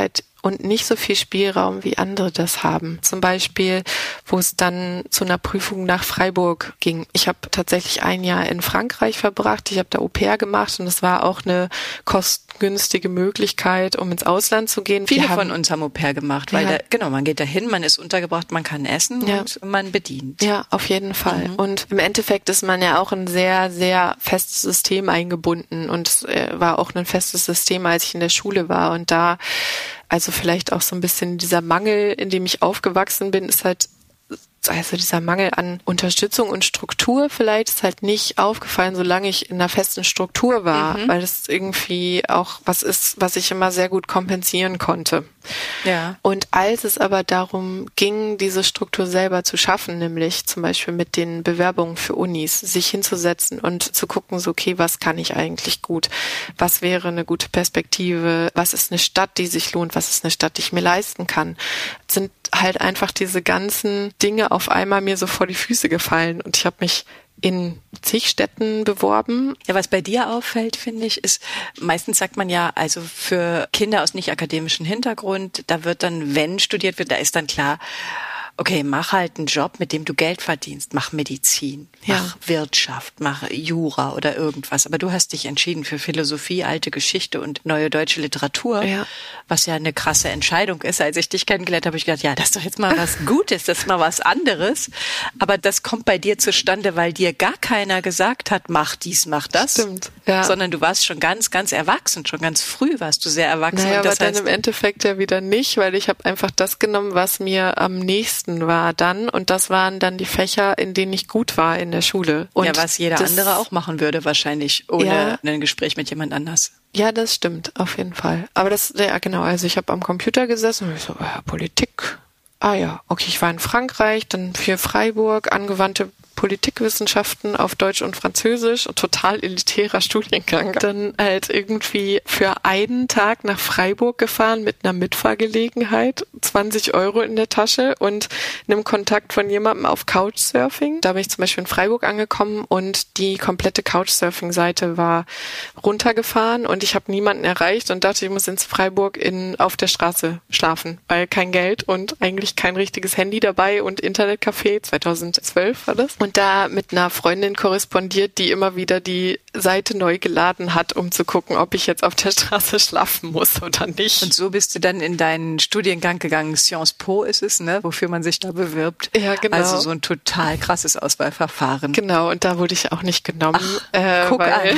und nicht so viel Spielraum, wie andere das haben. Zum Beispiel, wo es dann zu einer Prüfung nach Freiburg ging. Ich habe tatsächlich ein Jahr in Frankreich verbracht. Ich habe da Au-pair gemacht und es war auch eine kostengünstige Möglichkeit, um ins Ausland zu gehen. Viele von uns haben Au-pair gemacht, weil man geht dahin, man ist untergebracht, man kann essen und man bedient. Ja, auf jeden Fall. Und im Endeffekt ist man ja auch in ein sehr, sehr festes System eingebunden und es war auch ein festes System, als ich in der Schule war und da, also vielleicht auch so ein bisschen dieser Mangel, in dem ich aufgewachsen bin, ist halt, also dieser Mangel an Unterstützung und Struktur vielleicht ist halt nicht aufgefallen, solange ich in einer festen Struktur war, weil das irgendwie auch was ist, was ich immer sehr gut kompensieren konnte. Ja. Und als es aber darum ging, diese Struktur selber zu schaffen, nämlich zum Beispiel mit den Bewerbungen für Unis, sich hinzusetzen und zu gucken, so okay, was kann ich eigentlich gut? Was wäre eine gute Perspektive? Was ist eine Stadt, die sich lohnt? Was ist eine Stadt, die ich mir leisten kann? Sind halt einfach diese ganzen Dinge auf einmal mir so vor die Füße gefallen und ich habe mich in zig Städten beworben. Ja, was bei dir auffällt, finde ich, ist, meistens sagt man ja, also für Kinder aus nicht akademischem Hintergrund, da wird dann, wenn studiert wird, da ist dann klar, okay, mach halt einen Job, mit dem du Geld verdienst. Mach Medizin, mach Wirtschaft, mach Jura oder irgendwas. Aber du hast dich entschieden für Philosophie, alte Geschichte und neue deutsche Literatur, was ja eine krasse Entscheidung ist. Als ich dich kennengelernt habe, habe ich gedacht, ja, das ist doch jetzt mal was Gutes, das ist mal was anderes. Aber das kommt bei dir zustande, weil dir gar keiner gesagt hat, mach dies, mach das. Stimmt, ja. Sondern du warst schon ganz, ganz erwachsen, schon ganz früh warst du sehr erwachsen. Naja, und das aber dann im Endeffekt ja wieder nicht, weil ich habe einfach das genommen, was mir am nächsten war dann und das waren dann die Fächer, in denen ich gut war in der Schule. Und ja, was jeder andere auch machen würde wahrscheinlich, ohne ein Gespräch mit jemand anders. Ja, das stimmt, auf jeden Fall. Aber das, ja genau, also ich habe am Computer gesessen und ich so, Politik, okay, ich war in Frankreich, dann für Freiburg, angewandte Politikwissenschaften auf Deutsch und Französisch, total elitärer Studiengang. Dann halt irgendwie für einen Tag nach Freiburg gefahren mit einer Mitfahrgelegenheit, 20 € in der Tasche und einem Kontakt von jemandem auf Couchsurfing. Da bin ich zum Beispiel in Freiburg angekommen und die komplette Couchsurfing-Seite war runtergefahren und ich habe niemanden erreicht und dachte, ich muss in Freiburg auf der Straße schlafen, weil kein Geld und eigentlich kein richtiges Handy dabei und Internetcafé, 2012 war das. Und da mit einer Freundin korrespondiert, die immer wieder die Seite neu geladen hat, um zu gucken, ob ich jetzt auf der Straße schlafen muss oder nicht. Und so bist du dann in deinen Studiengang gegangen. Sciences Po ist es, ne, wofür man sich da bewirbt. Ja, genau. Also so ein total krasses Auswahlverfahren. Genau, und da wurde ich auch nicht genommen. Guck an.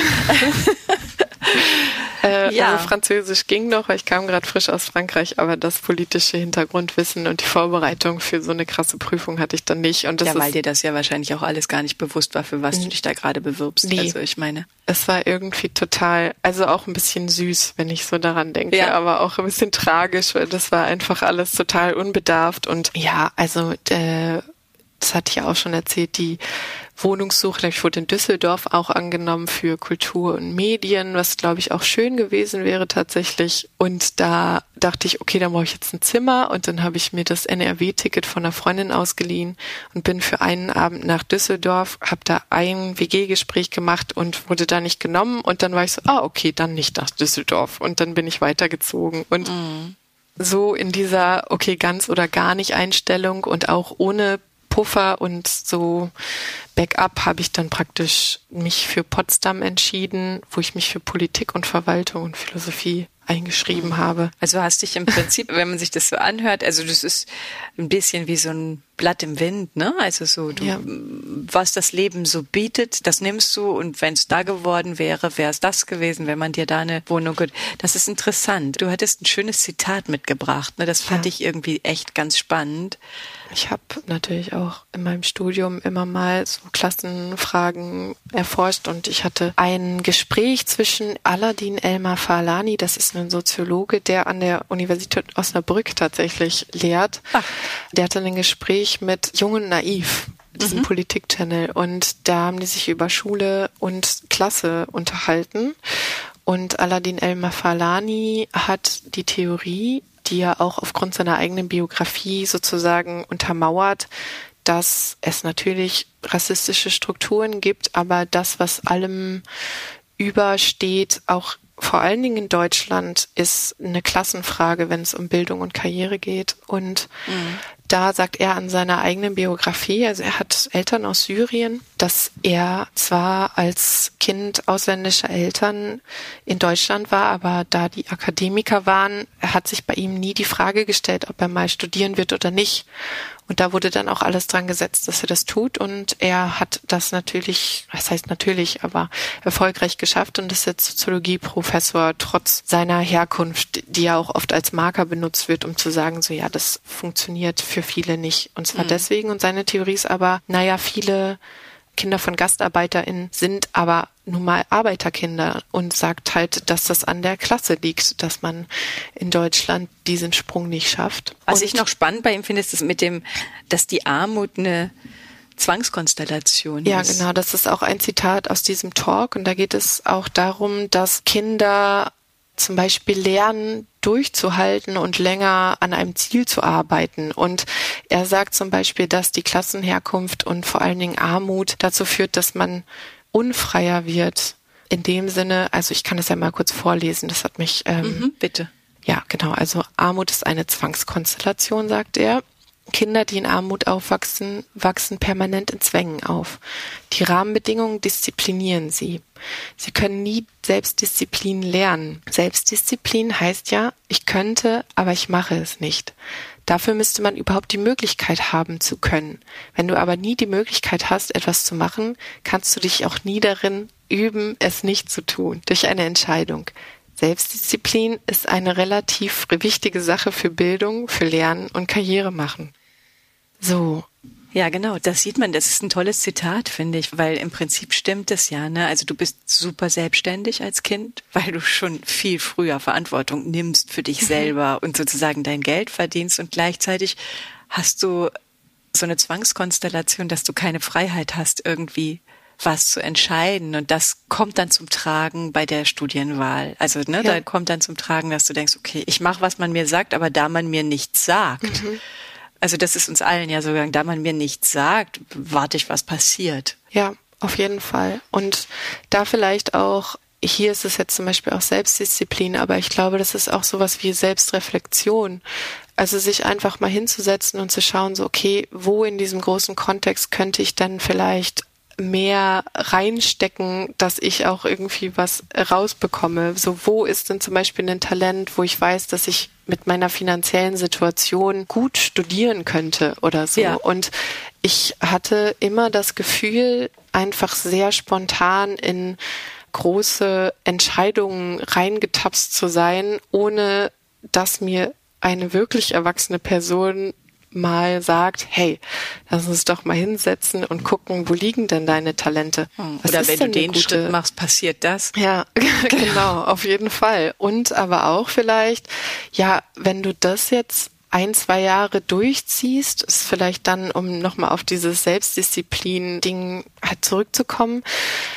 Also Französisch ging noch, weil ich kam gerade frisch aus Frankreich, aber das politische Hintergrundwissen und die Vorbereitung für so eine krasse Prüfung hatte ich dann nicht. Und das weil dir das ja wahrscheinlich auch alles gar nicht bewusst war, für was du dich da gerade bewirbst. Nee. Also ich meine. Es war irgendwie total, also auch ein bisschen süß, wenn ich so daran denke, aber auch ein bisschen tragisch, weil das war einfach alles total unbedarft und also das hatte ich ja auch schon erzählt, die Wohnungssuche, ich wurde in Düsseldorf auch angenommen für Kultur und Medien, was glaube ich auch schön gewesen wäre tatsächlich. Und da dachte ich, okay, dann brauche ich jetzt ein Zimmer und dann habe ich mir das NRW-Ticket von einer Freundin ausgeliehen und bin für einen Abend nach Düsseldorf, habe da ein WG-Gespräch gemacht und wurde da nicht genommen und dann war ich so, okay, dann nicht nach Düsseldorf und dann bin ich weitergezogen und so in dieser, okay, ganz oder gar nicht Einstellung und auch ohne Puffer und so Backup habe ich dann praktisch mich für Potsdam entschieden, wo ich mich für Politik und Verwaltung und Philosophie eingeschrieben habe. Also hast dich im Prinzip, wenn man sich das so anhört, also das ist ein bisschen wie so ein Blatt im Wind, ne? Also so, was das Leben so bietet, das nimmst du und wenn es da geworden wäre, wäre es das gewesen, wenn man dir da eine Wohnung gibt. Das ist interessant. Du hattest ein schönes Zitat mitgebracht, ne? Das fand ich irgendwie echt ganz spannend. Ich habe natürlich auch in meinem Studium immer mal so Klassenfragen erforscht und ich hatte ein Gespräch zwischen Aladin Elmar-Farlani, das ist ein Soziologe, der an der Universität Osnabrück tatsächlich lehrt. Der hatte ein Gespräch mit Jung und Naiv, diesem Politik-Channel, und da haben die sich über Schule und Klasse unterhalten und Aladin Elmar-Farlani hat die Theorie, die er auch aufgrund seiner eigenen Biografie sozusagen untermauert, dass es natürlich rassistische Strukturen gibt, aber das, was allem übersteht, auch vor allen Dingen in Deutschland ist eine Klassenfrage, wenn es um Bildung und Karriere geht. Und da sagt er an seiner eigenen Biografie, also er hat Eltern aus Syrien, dass er zwar als Kind ausländischer Eltern in Deutschland war, aber da die Akademiker waren, hat sich bei ihm nie die Frage gestellt, ob er mal studieren wird oder nicht. Und da wurde dann auch alles dran gesetzt, dass er das tut. Und er hat das natürlich, was heißt natürlich, aber erfolgreich geschafft und ist jetzt Soziologieprofessor trotz seiner Herkunft, die ja auch oft als Marker benutzt wird, um zu sagen, so ja, das funktioniert für viele nicht. Und zwar deswegen. Und seine Theorie ist aber, naja, viele Kinder von GastarbeiterInnen sind aber nun mal Arbeiterkinder und sagt halt, dass das an der Klasse liegt, dass man in Deutschland diesen Sprung nicht schafft. Was ich noch spannend bei ihm finde, ist das mit dem, dass die Armut eine Zwangskonstellation ist. Ja, genau. Das ist auch ein Zitat aus diesem Talk und da geht es auch darum, dass Kinder zum Beispiel lernen, durchzuhalten und länger an einem Ziel zu arbeiten. Und er sagt zum Beispiel, dass die Klassenherkunft und vor allen Dingen Armut dazu führt, dass man unfreier wird. In dem Sinne, also ich kann es ja mal kurz vorlesen, das hat mich... bitte. Ja, genau. Also Armut ist eine Zwangskonstellation, sagt er. Kinder, die in Armut aufwachsen, wachsen permanent in Zwängen auf. Die Rahmenbedingungen disziplinieren sie. Sie können nie Selbstdisziplin lernen. Selbstdisziplin heißt ja, ich könnte, aber ich mache es nicht. Dafür müsste man überhaupt die Möglichkeit haben zu können. Wenn du aber nie die Möglichkeit hast, etwas zu machen, kannst du dich auch nie darin üben, es nicht zu tun, durch eine Entscheidung. Selbstdisziplin ist eine relativ wichtige Sache für Bildung, für Lernen und Karriere machen. So. Ja, genau, das sieht man, das ist ein tolles Zitat, finde ich, weil im Prinzip stimmt es ja, ne? Also du bist super selbstständig als Kind, weil du schon viel früher Verantwortung nimmst für dich selber und sozusagen dein Geld verdienst und gleichzeitig hast du so eine Zwangskonstellation, dass du keine Freiheit hast, irgendwie was zu entscheiden und das kommt dann zum Tragen bei der Studienwahl. Also da kommt dann zum Tragen, dass du denkst, okay, ich mache, was man mir sagt, aber da man mir nichts sagt, also das ist uns allen ja so gegangen, da man mir nichts sagt, warte ich, was passiert. Ja, auf jeden Fall. Und da vielleicht auch, hier ist es jetzt zum Beispiel auch Selbstdisziplin, aber ich glaube, das ist auch sowas wie Selbstreflexion. Also sich einfach mal hinzusetzen und zu schauen, so okay, wo in diesem großen Kontext könnte ich dann vielleicht mehr reinstecken, dass ich auch irgendwie was rausbekomme. So, wo ist denn zum Beispiel ein Talent, wo ich weiß, dass ich mit meiner finanziellen Situation gut studieren könnte oder so. Ja. Und ich hatte immer das Gefühl, einfach sehr spontan in große Entscheidungen reingetapst zu sein, ohne dass mir eine wirklich erwachsene Person mal sagt, hey, lass uns doch mal hinsetzen und gucken, wo liegen denn deine Talente? Oder wenn du den Schritt machst, passiert das? Ja, genau, auf jeden Fall. Und aber auch vielleicht, ja, wenn du das jetzt 1-2 Jahre durchziehst, ist vielleicht dann, um nochmal auf dieses Selbstdisziplin-Ding halt zurückzukommen,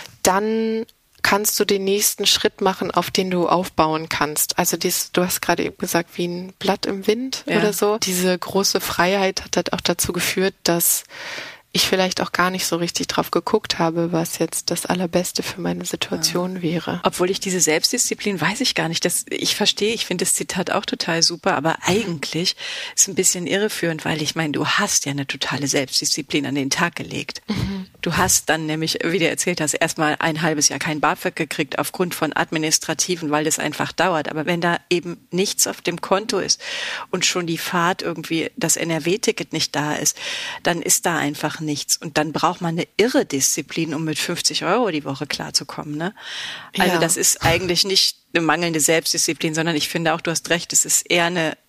dann kannst du den nächsten Schritt machen, auf den du aufbauen kannst. Also du hast gerade eben gesagt, wie ein Blatt im Wind oder so. Diese große Freiheit hat halt auch dazu geführt, dass ich vielleicht auch gar nicht so richtig drauf geguckt habe, was jetzt das Allerbeste für meine Situation wäre. Obwohl ich diese Selbstdisziplin, weiß ich gar nicht. Ich verstehe, ich finde das Zitat auch total super, aber eigentlich ist ein bisschen irreführend, weil ich meine, du hast ja eine totale Selbstdisziplin an den Tag gelegt. Du hast dann nämlich, wie du erzählt hast, erstmal ein halbes Jahr kein BAföG gekriegt aufgrund von administrativen, weil das einfach dauert. Aber wenn da eben nichts auf dem Konto ist und schon die Fahrt irgendwie, das NRW-Ticket nicht da ist, dann ist da einfach nichts. Und dann braucht man eine irre Disziplin, um mit 50 € die Woche klarzukommen, ne? Also das ist eigentlich nicht eine mangelnde Selbstdisziplin, sondern ich finde auch, du hast recht, es ist eher eine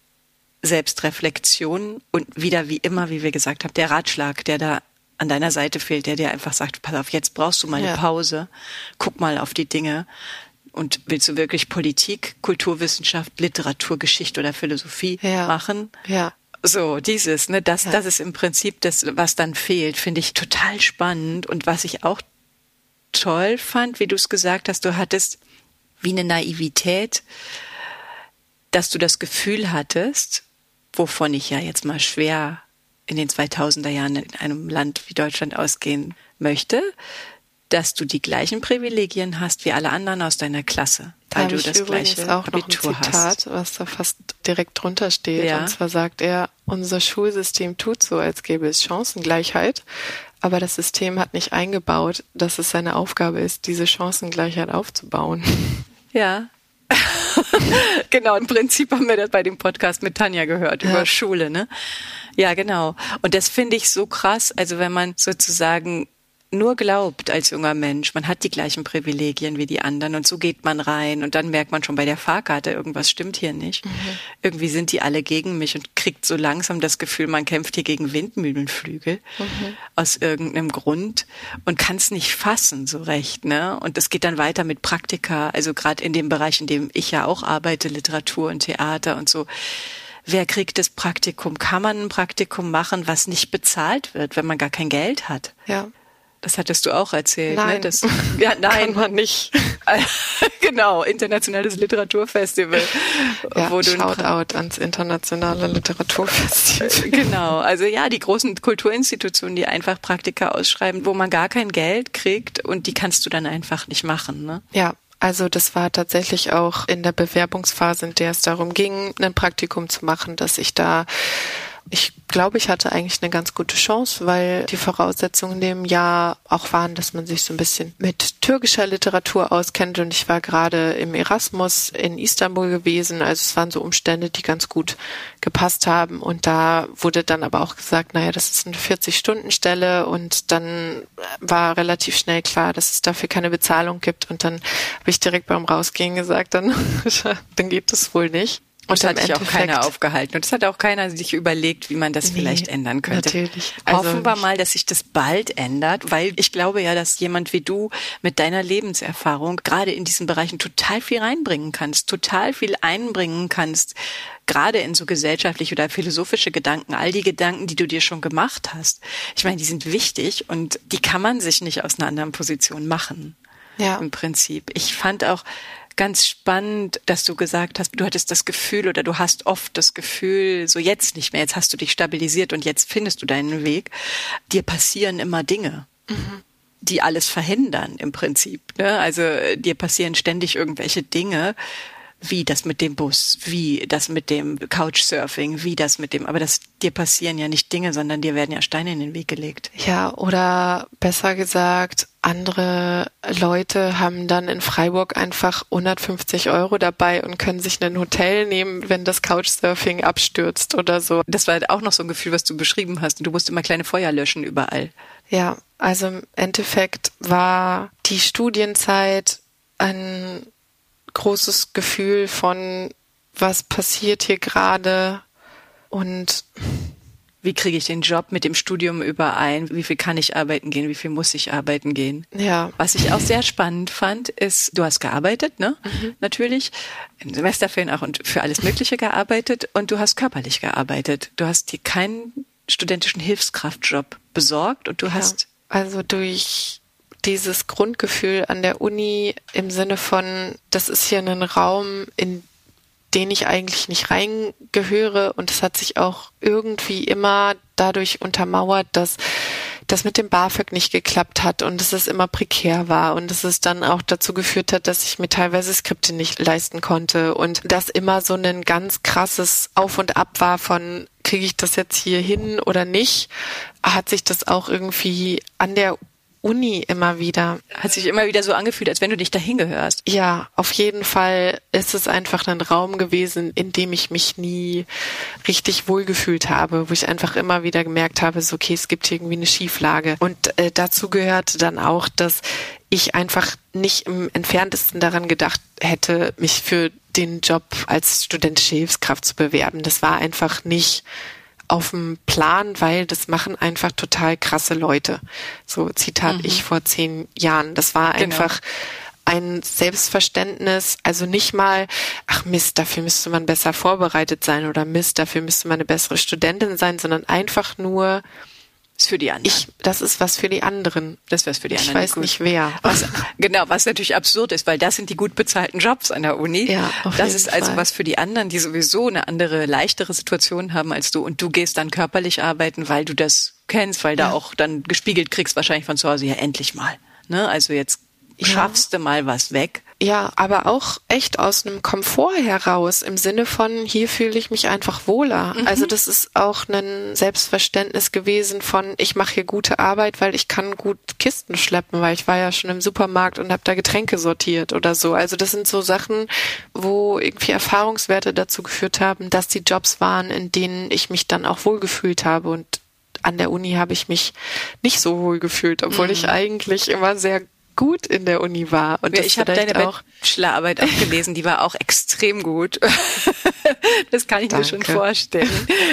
Selbstreflexion und wieder wie immer, wie wir gesagt haben, der Ratschlag, der da an deiner Seite fehlt, der dir einfach sagt, pass auf, jetzt brauchst du mal eine Pause, guck mal auf die Dinge und willst du wirklich Politik, Kulturwissenschaft, Literatur, Geschichte oder Philosophie machen? Ja. So, dieses, ne, das ist im Prinzip das, was dann fehlt, finde ich total spannend und was ich auch toll fand, wie du es gesagt hast, du hattest wie eine Naivität, dass du das Gefühl hattest, wovon ich ja jetzt mal schwer in den 2000er Jahren in einem Land wie Deutschland ausgehen möchte, dass du die gleichen Privilegien hast wie alle anderen aus deiner Klasse. weil du das gleiche auch noch Abitur ein Zitat, hast. Was da fast direkt drunter steht. Ja. Und zwar sagt er, unser Schulsystem tut so, als gäbe es Chancengleichheit, aber das System hat nicht eingebaut, dass es seine Aufgabe ist, diese Chancengleichheit aufzubauen. Ja. Genau, im Prinzip haben wir das bei dem Podcast mit Tanja gehört, über Schule, ne? Ja, genau. Und das finde ich so krass, also wenn man sozusagen nur glaubt als junger Mensch, man hat die gleichen Privilegien wie die anderen und so geht man rein und dann merkt man schon bei der Fahrkarte, irgendwas stimmt hier nicht. Irgendwie sind die alle gegen mich und kriegt so langsam das Gefühl, man kämpft hier gegen Windmühlenflügel aus irgendeinem Grund und kann es nicht fassen so recht, ne? Und es geht dann weiter mit Praktika, also gerade in dem Bereich, in dem ich ja auch arbeite, Literatur und Theater und so. Wer kriegt das Praktikum? Kann man ein Praktikum machen, was nicht bezahlt wird, wenn man gar kein Geld hat? Ja. Das hattest du auch erzählt, nein. Ne? Nein, kann man nicht. Genau, internationales Literaturfestival. Ja, wo du Shoutout ans internationale Literaturfestival. Genau, also ja, die großen Kulturinstitutionen, die einfach Praktika ausschreiben, wo man gar kein Geld kriegt und die kannst du dann einfach nicht machen, ne? Ja. Also das war tatsächlich auch in der Bewerbungsphase, in der es darum ging, ein Praktikum zu machen, dass ich glaube, ich hatte eigentlich eine ganz gute Chance, weil die Voraussetzungen in dem Jahr auch waren, dass man sich so ein bisschen mit türkischer Literatur auskennt und ich war gerade im Erasmus in Istanbul gewesen, also es waren so Umstände, die ganz gut gepasst haben und da wurde dann aber auch gesagt, naja, das ist eine 40-Stunden-Stelle und dann war relativ schnell klar, dass es dafür keine Bezahlung gibt und dann habe ich direkt beim Rausgehen gesagt, dann geht das wohl nicht. Und das hat sich auch keiner aufgehalten. Und es hat auch keiner sich überlegt, wie man das vielleicht ändern könnte. Natürlich. Hoffen wir mal, dass sich das bald ändert, weil ich glaube ja, dass jemand wie du mit deiner Lebenserfahrung gerade in diesen Bereichen total viel reinbringen kannst, total viel einbringen kannst, gerade in so gesellschaftliche oder philosophische Gedanken, all die Gedanken, die du dir schon gemacht hast. Ich meine, die sind wichtig und die kann man sich nicht aus einer anderen Position machen. Ja. Im Prinzip. Ich fand auch ganz spannend, dass du gesagt hast, du hattest das Gefühl oder du hast oft das Gefühl, so jetzt nicht mehr, jetzt hast du dich stabilisiert und jetzt findest du deinen Weg. Dir passieren immer Dinge, die alles verhindern im Prinzip. Ne? Also dir passieren ständig irgendwelche Dinge, wie das mit dem Bus, wie das mit dem Couchsurfing, wie das mit dem, aber dir passieren ja nicht Dinge, sondern dir werden ja Steine in den Weg gelegt. Ja, oder besser gesagt, andere Leute haben dann in Freiburg einfach 150 € dabei und können sich ein Hotel nehmen, wenn das Couchsurfing abstürzt oder so. Das war auch noch so ein Gefühl, was du beschrieben hast. Du musst immer kleine Feuer löschen überall. Ja, also im Endeffekt war die Studienzeit ein großes Gefühl von, was passiert hier gerade und wie kriege ich den Job mit dem Studium überein? Wie viel kann ich arbeiten gehen? Wie viel muss ich arbeiten gehen? Ja. Was ich auch sehr spannend fand, ist, du hast gearbeitet, ne? Natürlich. Im Semesterferien auch und für alles Mögliche gearbeitet und du hast körperlich gearbeitet. Du hast dir keinen studentischen Hilfskraftjob besorgt und du hast... Also durch dieses Grundgefühl an der Uni im Sinne von, das ist hier ein Raum, in den ich eigentlich nicht reingehöre und es hat sich auch irgendwie immer dadurch untermauert, dass das mit dem BAföG nicht geklappt hat und dass es immer prekär war und dass es dann auch dazu geführt hat, dass ich mir teilweise Skripte nicht leisten konnte und dass immer so ein ganz krasses Auf und Ab war von, kriege ich das jetzt hier hin oder nicht, hat sich das auch irgendwie an der Uni immer wieder. Hat sich immer wieder so angefühlt, als wenn du nicht dahin gehörst. Ja, auf jeden Fall ist es einfach ein Raum gewesen, in dem ich mich nie richtig wohlgefühlt habe, wo ich einfach immer wieder gemerkt habe, so okay, es gibt hier irgendwie eine Schieflage. Und dazu gehörte dann auch, dass ich einfach nicht im Entferntesten daran gedacht hätte, mich für den Job als studentische Hilfskraft zu bewerben. Das war einfach nicht auf dem Plan, weil das machen einfach total krasse Leute. So Zitat ich vor 10 Jahren. Das war einfach ein Selbstverständnis, also nicht mal, ach Mist, dafür müsste man besser vorbereitet sein oder Mist, dafür müsste man eine bessere Studentin sein, sondern einfach nur, ist für die anderen. Das ist was für die anderen. Das wäre für die anderen. Ich weiß nicht wer. Was natürlich absurd ist, weil das sind die gut bezahlten Jobs an der Uni. Ja, auf das jeden ist also Fall. Was für die anderen, die sowieso eine andere, leichtere Situation haben als du. Und du gehst dann körperlich arbeiten, weil du das kennst, weil da auch dann gespiegelt kriegst, wahrscheinlich von zu Hause, ja endlich mal. Ne? Also jetzt schaffst du mal was weg. Ja, aber auch echt aus einem Komfort heraus, im Sinne von, hier fühle ich mich einfach wohler. Also das ist auch ein Selbstverständnis gewesen von, ich mache hier gute Arbeit, weil ich kann gut Kisten schleppen, weil ich war ja schon im Supermarkt und habe da Getränke sortiert oder so. Also das sind so Sachen, wo irgendwie Erfahrungswerte dazu geführt haben, dass die Jobs waren, in denen ich mich dann auch wohlgefühlt habe. Und an der Uni habe ich mich nicht so wohl gefühlt, obwohl ich eigentlich immer sehr gut in der Uni war. Und ich habe deine Bachelorarbeit auch gelesen, die war auch extrem gut. Das kann ich mir schon vorstellen.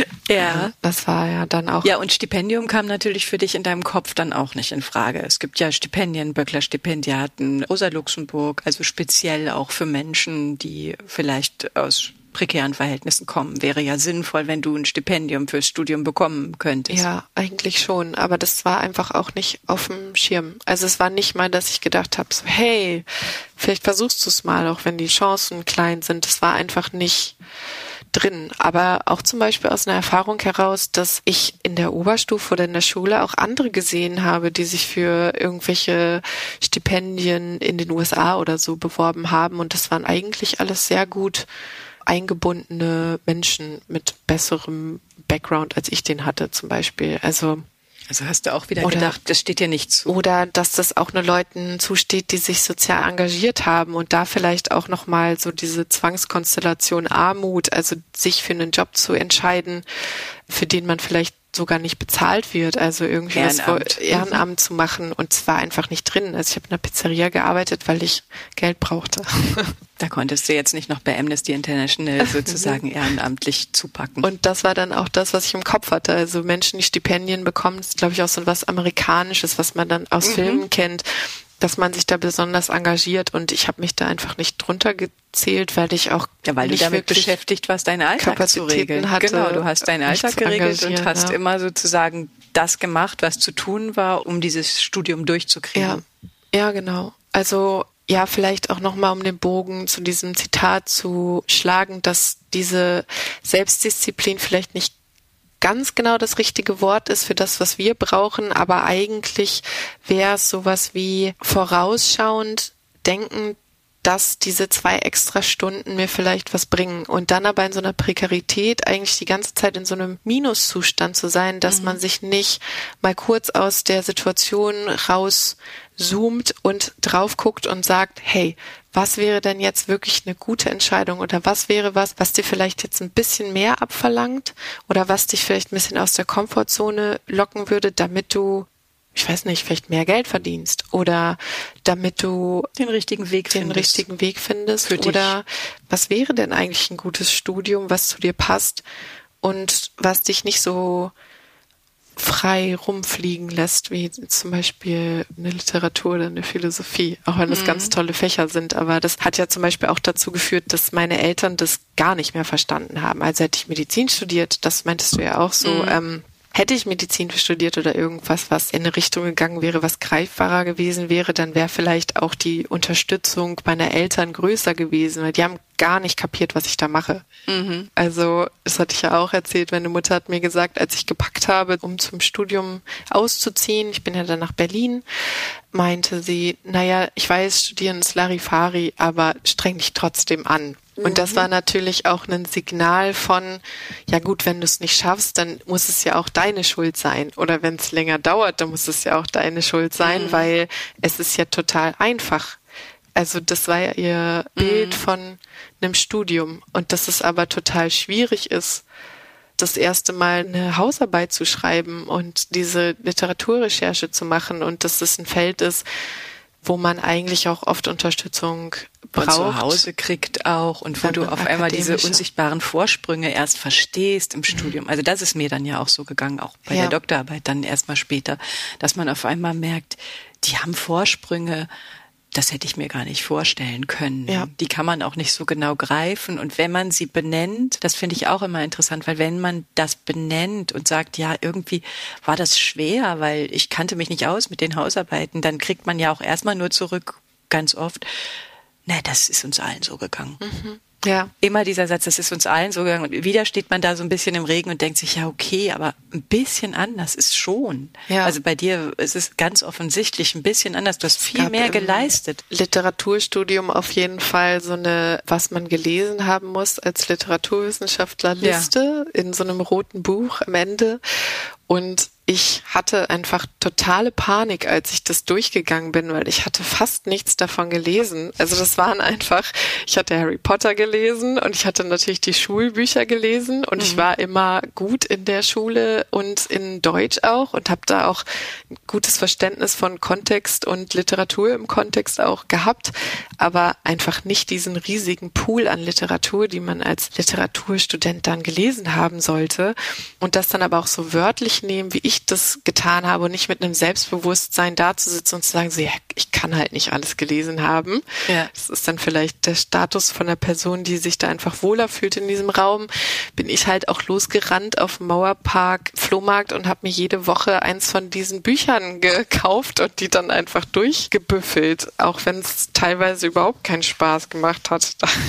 Ja, das war ja dann auch. Ja, und Stipendium kam natürlich für dich in deinem Kopf dann auch nicht in Frage. Es gibt ja Stipendien, Böckler-Stipendiaten, Rosa Luxemburg, also speziell auch für Menschen, die vielleicht aus prekären Verhältnissen kommen. Wäre ja sinnvoll, wenn du ein Stipendium fürs Studium bekommen könntest. Ja, eigentlich schon. Aber das war einfach auch nicht auf dem Schirm. Also es war nicht mal, dass ich gedacht habe, so, hey, vielleicht versuchst du es mal, auch wenn die Chancen klein sind. Das war einfach nicht drin. Aber auch zum Beispiel aus einer Erfahrung heraus, dass ich in der Oberstufe oder in der Schule auch andere gesehen habe, die sich für irgendwelche Stipendien in den USA oder so beworben haben. Und das waren eigentlich alles sehr gut eingebundene Menschen mit besserem Background, als ich den hatte zum Beispiel. Also hast du auch wieder gedacht, das steht dir nicht zu. Oder dass das auch nur Leuten zusteht, die sich sozial engagiert haben und da vielleicht auch nochmal so diese Zwangskonstellation Armut, also sich für einen Job zu entscheiden, für den man vielleicht sogar nicht bezahlt wird, also irgendwie Ehrenamt zu machen, und es war einfach nicht drin. Also ich habe in einer Pizzeria gearbeitet, weil ich Geld brauchte. Da konntest du jetzt nicht noch bei Amnesty International sozusagen ehrenamtlich zupacken. Und das war dann auch das, was ich im Kopf hatte. Also Menschen, die Stipendien bekommen, das ist, glaube ich, auch so was Amerikanisches, was man dann aus Filmen kennt, dass man sich da besonders engagiert, und ich habe mich da einfach nicht drunter gezählt, weil ich auch weil du damit beschäftigt warst, deinen Alltag zu regeln. Hatte, genau, du hast deinen Alltag geregelt und hast immer sozusagen das gemacht, was zu tun war, um dieses Studium durchzukriegen. Ja, genau. Also ja, vielleicht auch nochmal, um den Bogen zu diesem Zitat zu schlagen, dass diese Selbstdisziplin vielleicht nicht ganz genau das richtige Wort ist für das, was wir brauchen, aber eigentlich wäre es sowas wie vorausschauend denken, dass diese 2 extra Stunden mir vielleicht was bringen, und dann aber in so einer Prekarität eigentlich die ganze Zeit in so einem Minuszustand zu sein, dass man sich nicht mal kurz aus der Situation rauszoomt und drauf guckt und sagt, hey, was wäre denn jetzt wirklich eine gute Entscheidung, oder was wäre was dir vielleicht jetzt ein bisschen mehr abverlangt oder was dich vielleicht ein bisschen aus der Komfortzone locken würde, damit du, ich weiß nicht, vielleicht mehr Geld verdienst oder damit du den richtigen Weg findest für dich. Oder was wäre denn eigentlich ein gutes Studium, was zu dir passt und was dich nicht so frei rumfliegen lässt, wie zum Beispiel eine Literatur oder eine Philosophie, auch wenn das ganz tolle Fächer sind. Aber das hat ja zum Beispiel auch dazu geführt, dass meine Eltern das gar nicht mehr verstanden haben. Also hätte ich Medizin studiert, das meintest du ja auch so, hätte ich Medizin studiert oder irgendwas, was in eine Richtung gegangen wäre, was greifbarer gewesen wäre, dann wäre vielleicht auch die Unterstützung meiner Eltern größer gewesen, weil die haben gar nicht kapiert, was ich da mache. Also, das hatte ich ja auch erzählt, meine Mutter hat mir gesagt, als ich gepackt habe, um zum Studium auszuziehen, ich bin ja dann nach Berlin, meinte sie, naja, ich weiß, studieren ist Larifari, aber streng dich trotzdem an. Und das war natürlich auch ein Signal von, ja gut, wenn du es nicht schaffst, dann muss es ja auch deine Schuld sein. Oder wenn es länger dauert, dann muss es ja auch deine Schuld sein, weil es ist ja total einfach. Also das war ja ihr Bild von einem Studium. Und dass es aber total schwierig ist, das erste Mal eine Hausarbeit zu schreiben und diese Literaturrecherche zu machen, und dass es ein Feld ist, wo man eigentlich auch oft Unterstützung braucht. Und zu Hause kriegt auch, und wo du auf einmal diese unsichtbaren Vorsprünge erst verstehst im Studium. Also das ist mir dann ja auch so gegangen, auch bei der Doktorarbeit dann erstmal später, dass man auf einmal merkt, die haben Vorsprünge, das hätte ich mir gar nicht vorstellen können. Ja. Die kann man auch nicht so genau greifen. Und wenn man sie benennt, das finde ich auch immer interessant, weil wenn man das benennt und sagt, ja, irgendwie war das schwer, weil ich kannte mich nicht aus mit den Hausarbeiten, dann kriegt man ja auch erstmal nur zurück, ganz oft, das ist uns allen so gegangen. Ja. Immer dieser Satz, das ist uns allen so gegangen. Und wieder steht man da so ein bisschen im Regen und denkt sich, ja okay, aber ein bisschen anders ist schon. Ja. Also bei dir ist es ganz offensichtlich ein bisschen anders. Du hast viel mehr geleistet. Literaturstudium auf jeden Fall so eine, was man gelesen haben muss als Literaturwissenschaftlerliste in so einem roten Buch am Ende. Und ich hatte einfach totale Panik, als ich das durchgegangen bin, weil ich hatte fast nichts davon gelesen. Also das waren einfach, ich hatte Harry Potter gelesen und ich hatte natürlich die Schulbücher gelesen und ich war immer gut in der Schule und in Deutsch auch und habe da auch ein gutes Verständnis von Kontext und Literatur im Kontext auch gehabt, aber einfach nicht diesen riesigen Pool an Literatur, die man als Literaturstudent dann gelesen haben sollte und das dann aber auch so wörtlich nehmen, wie ich das getan habe und nicht mit einem Selbstbewusstsein dazusitzen und zu sagen, so, ja, ich kann halt nicht alles gelesen haben. Ja. Das ist dann vielleicht der Status von der Person, die sich da einfach wohler fühlt in diesem Raum. Bin ich halt auch losgerannt auf dem Mauerpark Flohmarkt und habe mir jede Woche eins von diesen Büchern gekauft und die dann einfach durchgebüffelt, auch wenn es teilweise überhaupt keinen Spaß gemacht hat.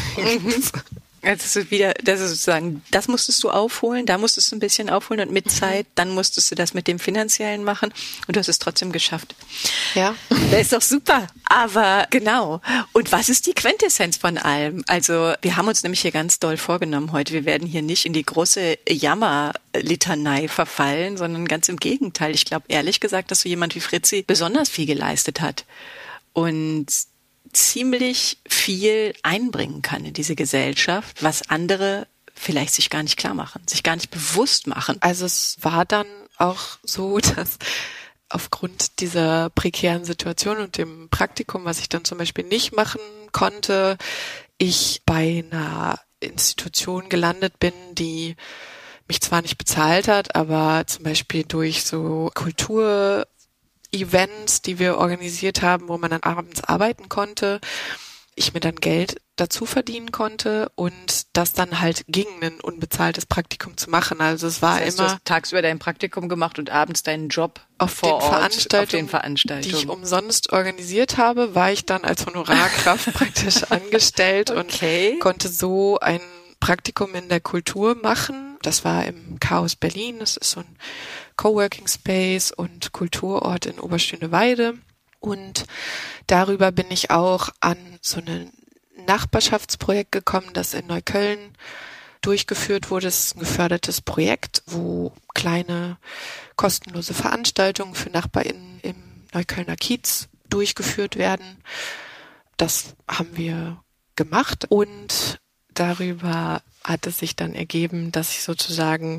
Das ist wieder, das ist sozusagen, das musstest du aufholen, da musstest du ein bisschen aufholen und mit Zeit, dann musstest du das mit dem Finanziellen machen und du hast es trotzdem geschafft. Ja. Das ist doch super. Aber genau. Und was ist die Quintessenz von allem? Also wir haben uns nämlich hier ganz doll vorgenommen heute, wir werden hier nicht in die große Jammerlitanei verfallen, sondern ganz im Gegenteil. Ich glaube ehrlich gesagt, dass so jemand wie Fritzi besonders viel geleistet hat und ziemlich viel einbringen kann in diese Gesellschaft, was andere vielleicht sich gar nicht klar machen, sich gar nicht bewusst machen. Also es war dann auch so, dass aufgrund dieser prekären Situation und dem Praktikum, was ich dann zum Beispiel nicht machen konnte, ich bei einer Institution gelandet bin, die mich zwar nicht bezahlt hat, aber zum Beispiel durch so Kultur-Events, die wir organisiert haben, wo man dann abends arbeiten konnte, ich mir dann Geld dazu verdienen konnte und das dann halt ging, ein unbezahltes Praktikum zu machen. Also es war das heißt, immer du hast tagsüber dein Praktikum gemacht und abends deinen Job auf den Veranstaltungen, die ich umsonst organisiert habe, war ich dann als Honorarkraft praktisch angestellt und konnte so ein Praktikum in der Kultur machen. Das war im Chaos Berlin. Das ist so ein Coworking Space und Kulturort in Oberschöneweide. Und darüber bin ich auch an so ein Nachbarschaftsprojekt gekommen, das in Neukölln durchgeführt wurde. Es ist ein gefördertes Projekt, wo kleine kostenlose Veranstaltungen für NachbarInnen im Neuköllner Kiez durchgeführt werden. Das haben wir gemacht und darüber hat es sich dann ergeben, dass ich sozusagen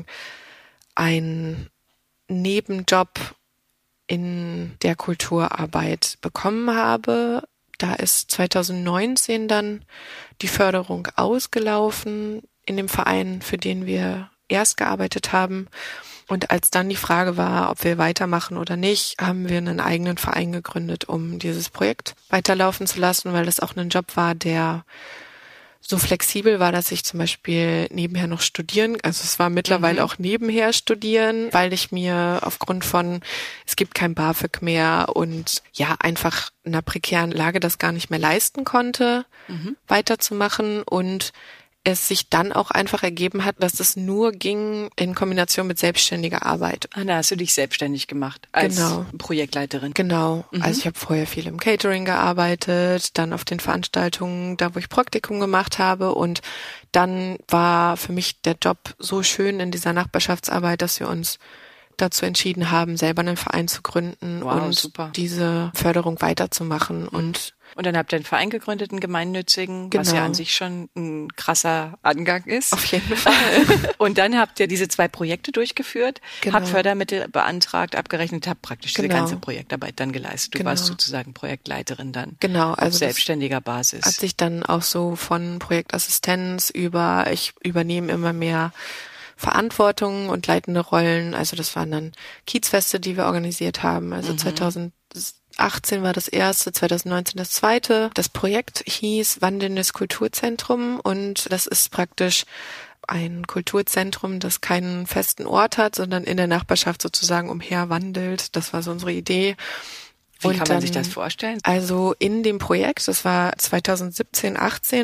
einen Nebenjob in der Kulturarbeit bekommen habe. Da ist 2019 dann die Förderung ausgelaufen in dem Verein, für den wir erst gearbeitet haben. Und als dann die Frage war, ob wir weitermachen oder nicht, haben wir einen eigenen Verein gegründet, um dieses Projekt weiterlaufen zu lassen, weil das auch ein Job war, der so flexibel war, dass ich zum Beispiel nebenher noch studieren, also es war mittlerweile auch nebenher studieren, weil ich mir aufgrund von, es gibt kein BAföG mehr und ja, einfach in einer prekären Lage das gar nicht mehr leisten konnte, weiterzumachen und es sich dann auch einfach ergeben hat, dass es nur ging in Kombination mit selbstständiger Arbeit. Da hast du dich selbstständig gemacht als Projektleiterin. Genau. Also ich habe vorher viel im Catering gearbeitet, dann auf den Veranstaltungen, da wo ich Praktikum gemacht habe und dann war für mich der Job so schön in dieser Nachbarschaftsarbeit, dass wir uns dazu entschieden haben, selber einen Verein zu gründen und diese Förderung weiterzumachen Und dann habt ihr einen Verein gegründet, einen gemeinnützigen, was ja an sich schon ein krasser Angang ist. Auf jeden Fall. Und dann habt ihr diese 2 Projekte durchgeführt, habt Fördermittel beantragt, abgerechnet, habt praktisch diese ganze Projektarbeit dann geleistet. Du warst sozusagen Projektleiterin dann. Genau, also auf selbstständiger Basis. Hat sich dann auch so von Projektassistenz über, ich übernehme immer mehr Verantwortung und leitende Rollen. Also das waren dann Kiezfeste, die wir organisiert haben. Also 2018 war das erste, 2019 das zweite. Das Projekt hieß Wandelndes Kulturzentrum und das ist praktisch ein Kulturzentrum, das keinen festen Ort hat, sondern in der Nachbarschaft sozusagen umherwandelt. Das war so unsere Idee. Wie kann man sich das vorstellen? Also in dem Projekt, das war 2017, 18,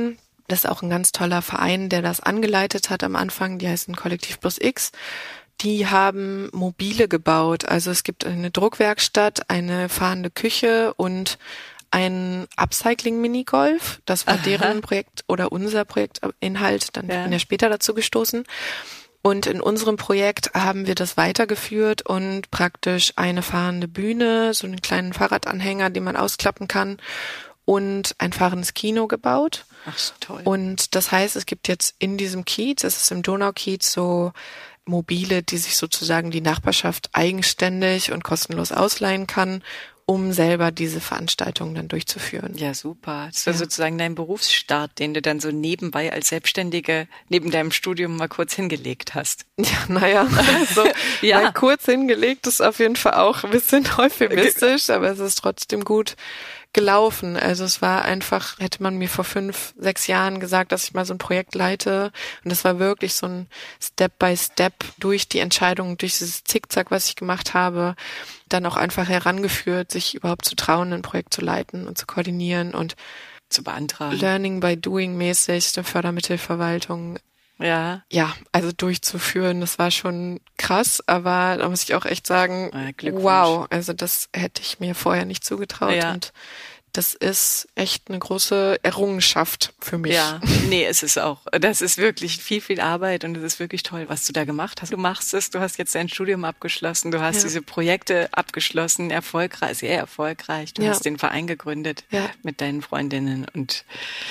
Das ist auch ein ganz toller Verein, der das angeleitet hat am Anfang. Die heißen Kollektiv Plus X. Die haben Mobile gebaut. Also es gibt eine Druckwerkstatt, eine fahrende Küche und ein Upcycling-Minigolf. Das war deren Projekt oder unser Projektinhalt. Dann bin ich später dazu gestoßen. Und in unserem Projekt haben wir das weitergeführt und praktisch eine fahrende Bühne, so einen kleinen Fahrradanhänger, den man ausklappen kann, und ein fahrendes Kino gebaut. Ach, so toll. Und das heißt, es gibt jetzt in diesem Kiez, es ist im Donaukiez, so Mobile, die sich sozusagen die Nachbarschaft eigenständig und kostenlos ausleihen kann, um selber diese Veranstaltungen dann durchzuführen. Ja, super. Das war sozusagen dein Berufsstart, den du dann so nebenbei als Selbstständige neben deinem Studium mal kurz hingelegt hast. Ja, naja, also mal kurz hingelegt ist auf jeden Fall auch ein bisschen euphemistisch, aber es ist trotzdem gut gelaufen. Also es war einfach, hätte man mir vor 5, 6 Jahren gesagt, dass ich mal so ein Projekt leite, und das war wirklich so ein Step-by-Step durch die Entscheidung, durch dieses Zickzack, was ich gemacht habe, dann auch einfach herangeführt, sich überhaupt zu trauen, ein Projekt zu leiten und zu koordinieren und zu beantragen. Learning by Doing mäßig, der Fördermittelverwaltung. Ja, also durchzuführen, das war schon krass, aber da muss ich auch echt sagen, wow, also das hätte ich mir vorher nicht zugetraut und das ist echt eine große Errungenschaft für mich. Ja, nee, es ist auch, das ist wirklich viel, viel Arbeit und es ist wirklich toll, was du da gemacht hast. Du machst es, du hast jetzt dein Studium abgeschlossen, du hast diese Projekte abgeschlossen, erfolgreich, sehr erfolgreich. Du hast den Verein gegründet mit deinen Freundinnen und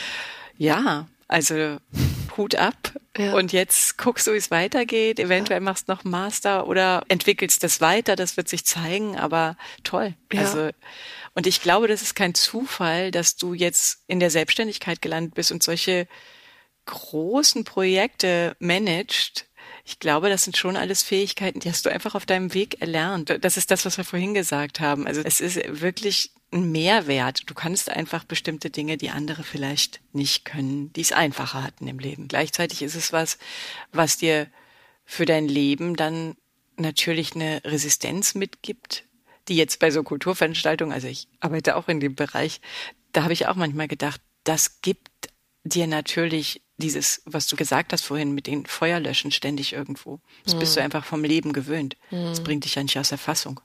also Hut ab. Ja. Und jetzt guckst du, wie es weitergeht. Eventuell machst du noch einen Master oder entwickelst das weiter. Das wird sich zeigen, aber toll. Ja. Also, und ich glaube, das ist kein Zufall, dass du jetzt in der Selbstständigkeit gelandet bist und solche großen Projekte managst. Ich glaube, das sind schon alles Fähigkeiten, die hast du einfach auf deinem Weg erlernt. Das ist das, was wir vorhin gesagt haben. Also es ist wirklich ein Mehrwert. Du kannst einfach bestimmte Dinge, die andere vielleicht nicht können, die es einfacher hatten im Leben. Gleichzeitig ist es was dir für dein Leben dann natürlich eine Resistenz mitgibt, die jetzt bei so Kulturveranstaltungen, also ich arbeite auch in dem Bereich, da habe ich auch manchmal gedacht, das gibt dir natürlich dieses, was du gesagt hast vorhin mit den Feuerlöschen ständig irgendwo. Das bist du einfach vom Leben gewöhnt. Das bringt dich ja nicht aus der Fassung.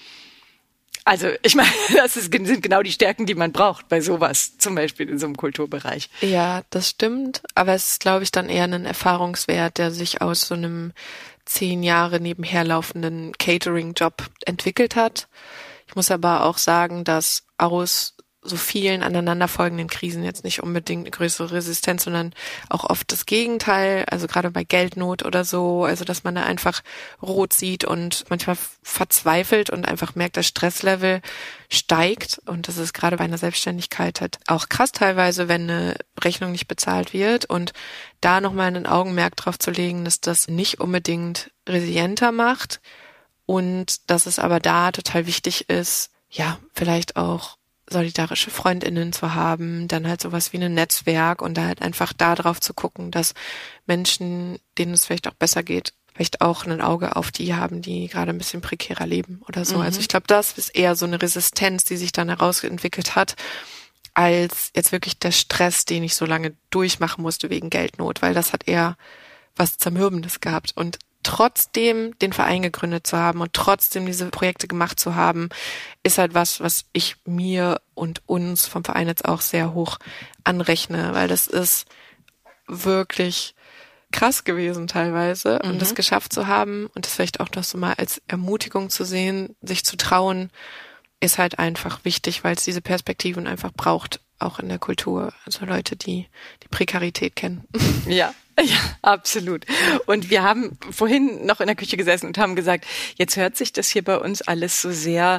Also ich meine, sind genau die Stärken, die man braucht bei sowas, zum Beispiel in so einem Kulturbereich. Ja, das stimmt. Aber es ist, glaube ich, dann eher ein Erfahrungswert, der sich aus so einem 10 Jahre nebenher laufenden Catering-Job entwickelt hat. Ich muss aber auch sagen, dass aus so vielen aneinanderfolgenden Krisen jetzt nicht unbedingt eine größere Resistenz, sondern auch oft das Gegenteil, also gerade bei Geldnot oder so, also dass man da einfach rot sieht und manchmal verzweifelt und einfach merkt, das Stresslevel steigt, und das ist gerade bei einer Selbstständigkeit halt auch krass teilweise, wenn eine Rechnung nicht bezahlt wird, und da nochmal ein Augenmerk drauf zu legen, dass das nicht unbedingt resilienter macht und dass es aber da total wichtig ist, ja, vielleicht auch solidarische FreundInnen zu haben, dann halt sowas wie ein Netzwerk und da halt einfach da drauf zu gucken, dass Menschen, denen es vielleicht auch besser geht, vielleicht auch ein Auge auf die haben, die gerade ein bisschen prekärer leben oder so. Also ich glaube, das ist eher so eine Resistenz, die sich dann herausentwickelt hat, als jetzt wirklich der Stress, den ich so lange durchmachen musste wegen Geldnot, weil das hat eher was Zermürbendes gehabt. Und trotzdem den Verein gegründet zu haben und trotzdem diese Projekte gemacht zu haben, ist halt was ich mir und uns vom Verein jetzt auch sehr hoch anrechne, weil das ist wirklich krass gewesen teilweise und das geschafft zu haben und das vielleicht auch noch so mal als Ermutigung zu sehen, sich zu trauen, ist halt einfach wichtig, weil es diese Perspektiven einfach braucht, auch in der Kultur. Also Leute, die die Prekarität kennen. Ja, absolut. Und wir haben vorhin noch in der Küche gesessen und haben gesagt, jetzt hört sich das hier bei uns alles so sehr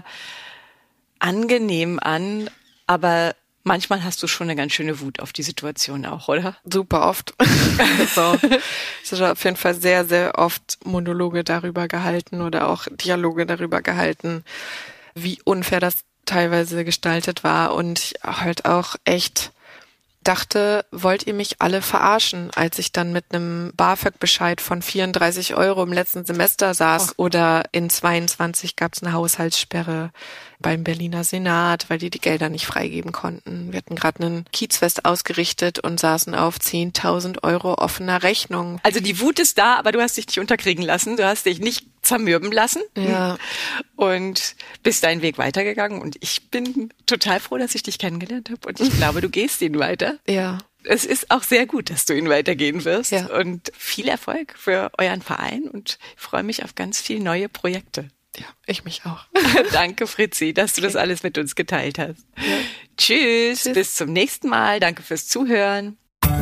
angenehm an, aber manchmal hast du schon eine ganz schöne Wut auf die Situation auch, oder? Super oft. So. Es ist auf jeden Fall sehr, sehr oft Monologe darüber gehalten oder auch Dialoge darüber gehalten, wie unfair das teilweise gestaltet war und halt auch echt dachte, wollt ihr mich alle verarschen, als ich dann mit einem BAföG-Bescheid von 34 € im letzten Semester saß oder in 22 gab es eine Haushaltssperre beim Berliner Senat, weil die Gelder nicht freigeben konnten. Wir hatten gerade einen Kiezfest ausgerichtet und saßen auf 10.000 € offener Rechnung. Also die Wut ist da, aber du hast dich nicht unterkriegen lassen, du hast dich nicht zermürben lassen und bist deinen Weg weitergegangen und ich bin total froh, dass ich dich kennengelernt habe und ich glaube, du gehst ihn weiter. Ja. Es ist auch sehr gut, dass du ihn weitergehen wirst und viel Erfolg für euren Verein und ich freue mich auf ganz viele neue Projekte. Ja, ich mich auch. Danke, Fritzi, dass du das alles mit uns geteilt hast. Ja. Tschüss, bis zum nächsten Mal. Danke fürs Zuhören.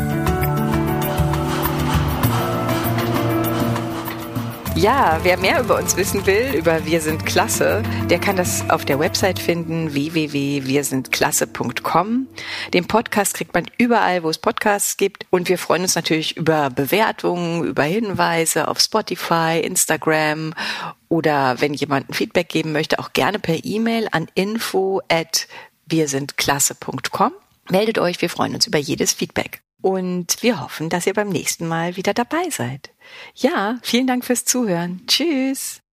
Ja, wer mehr über uns wissen will, über Wir sind Klasse, der kann das auf der Website finden, www.wirsindklasse.com. Den Podcast kriegt man überall, wo es Podcasts gibt. Und wir freuen uns natürlich über Bewertungen, über Hinweise auf Spotify, Instagram oder wenn jemand ein Feedback geben möchte, auch gerne per E-Mail an info@wirsindklasse.com. Meldet euch, wir freuen uns über jedes Feedback. Und wir hoffen, dass ihr beim nächsten Mal wieder dabei seid. Ja, vielen Dank fürs Zuhören. Tschüss.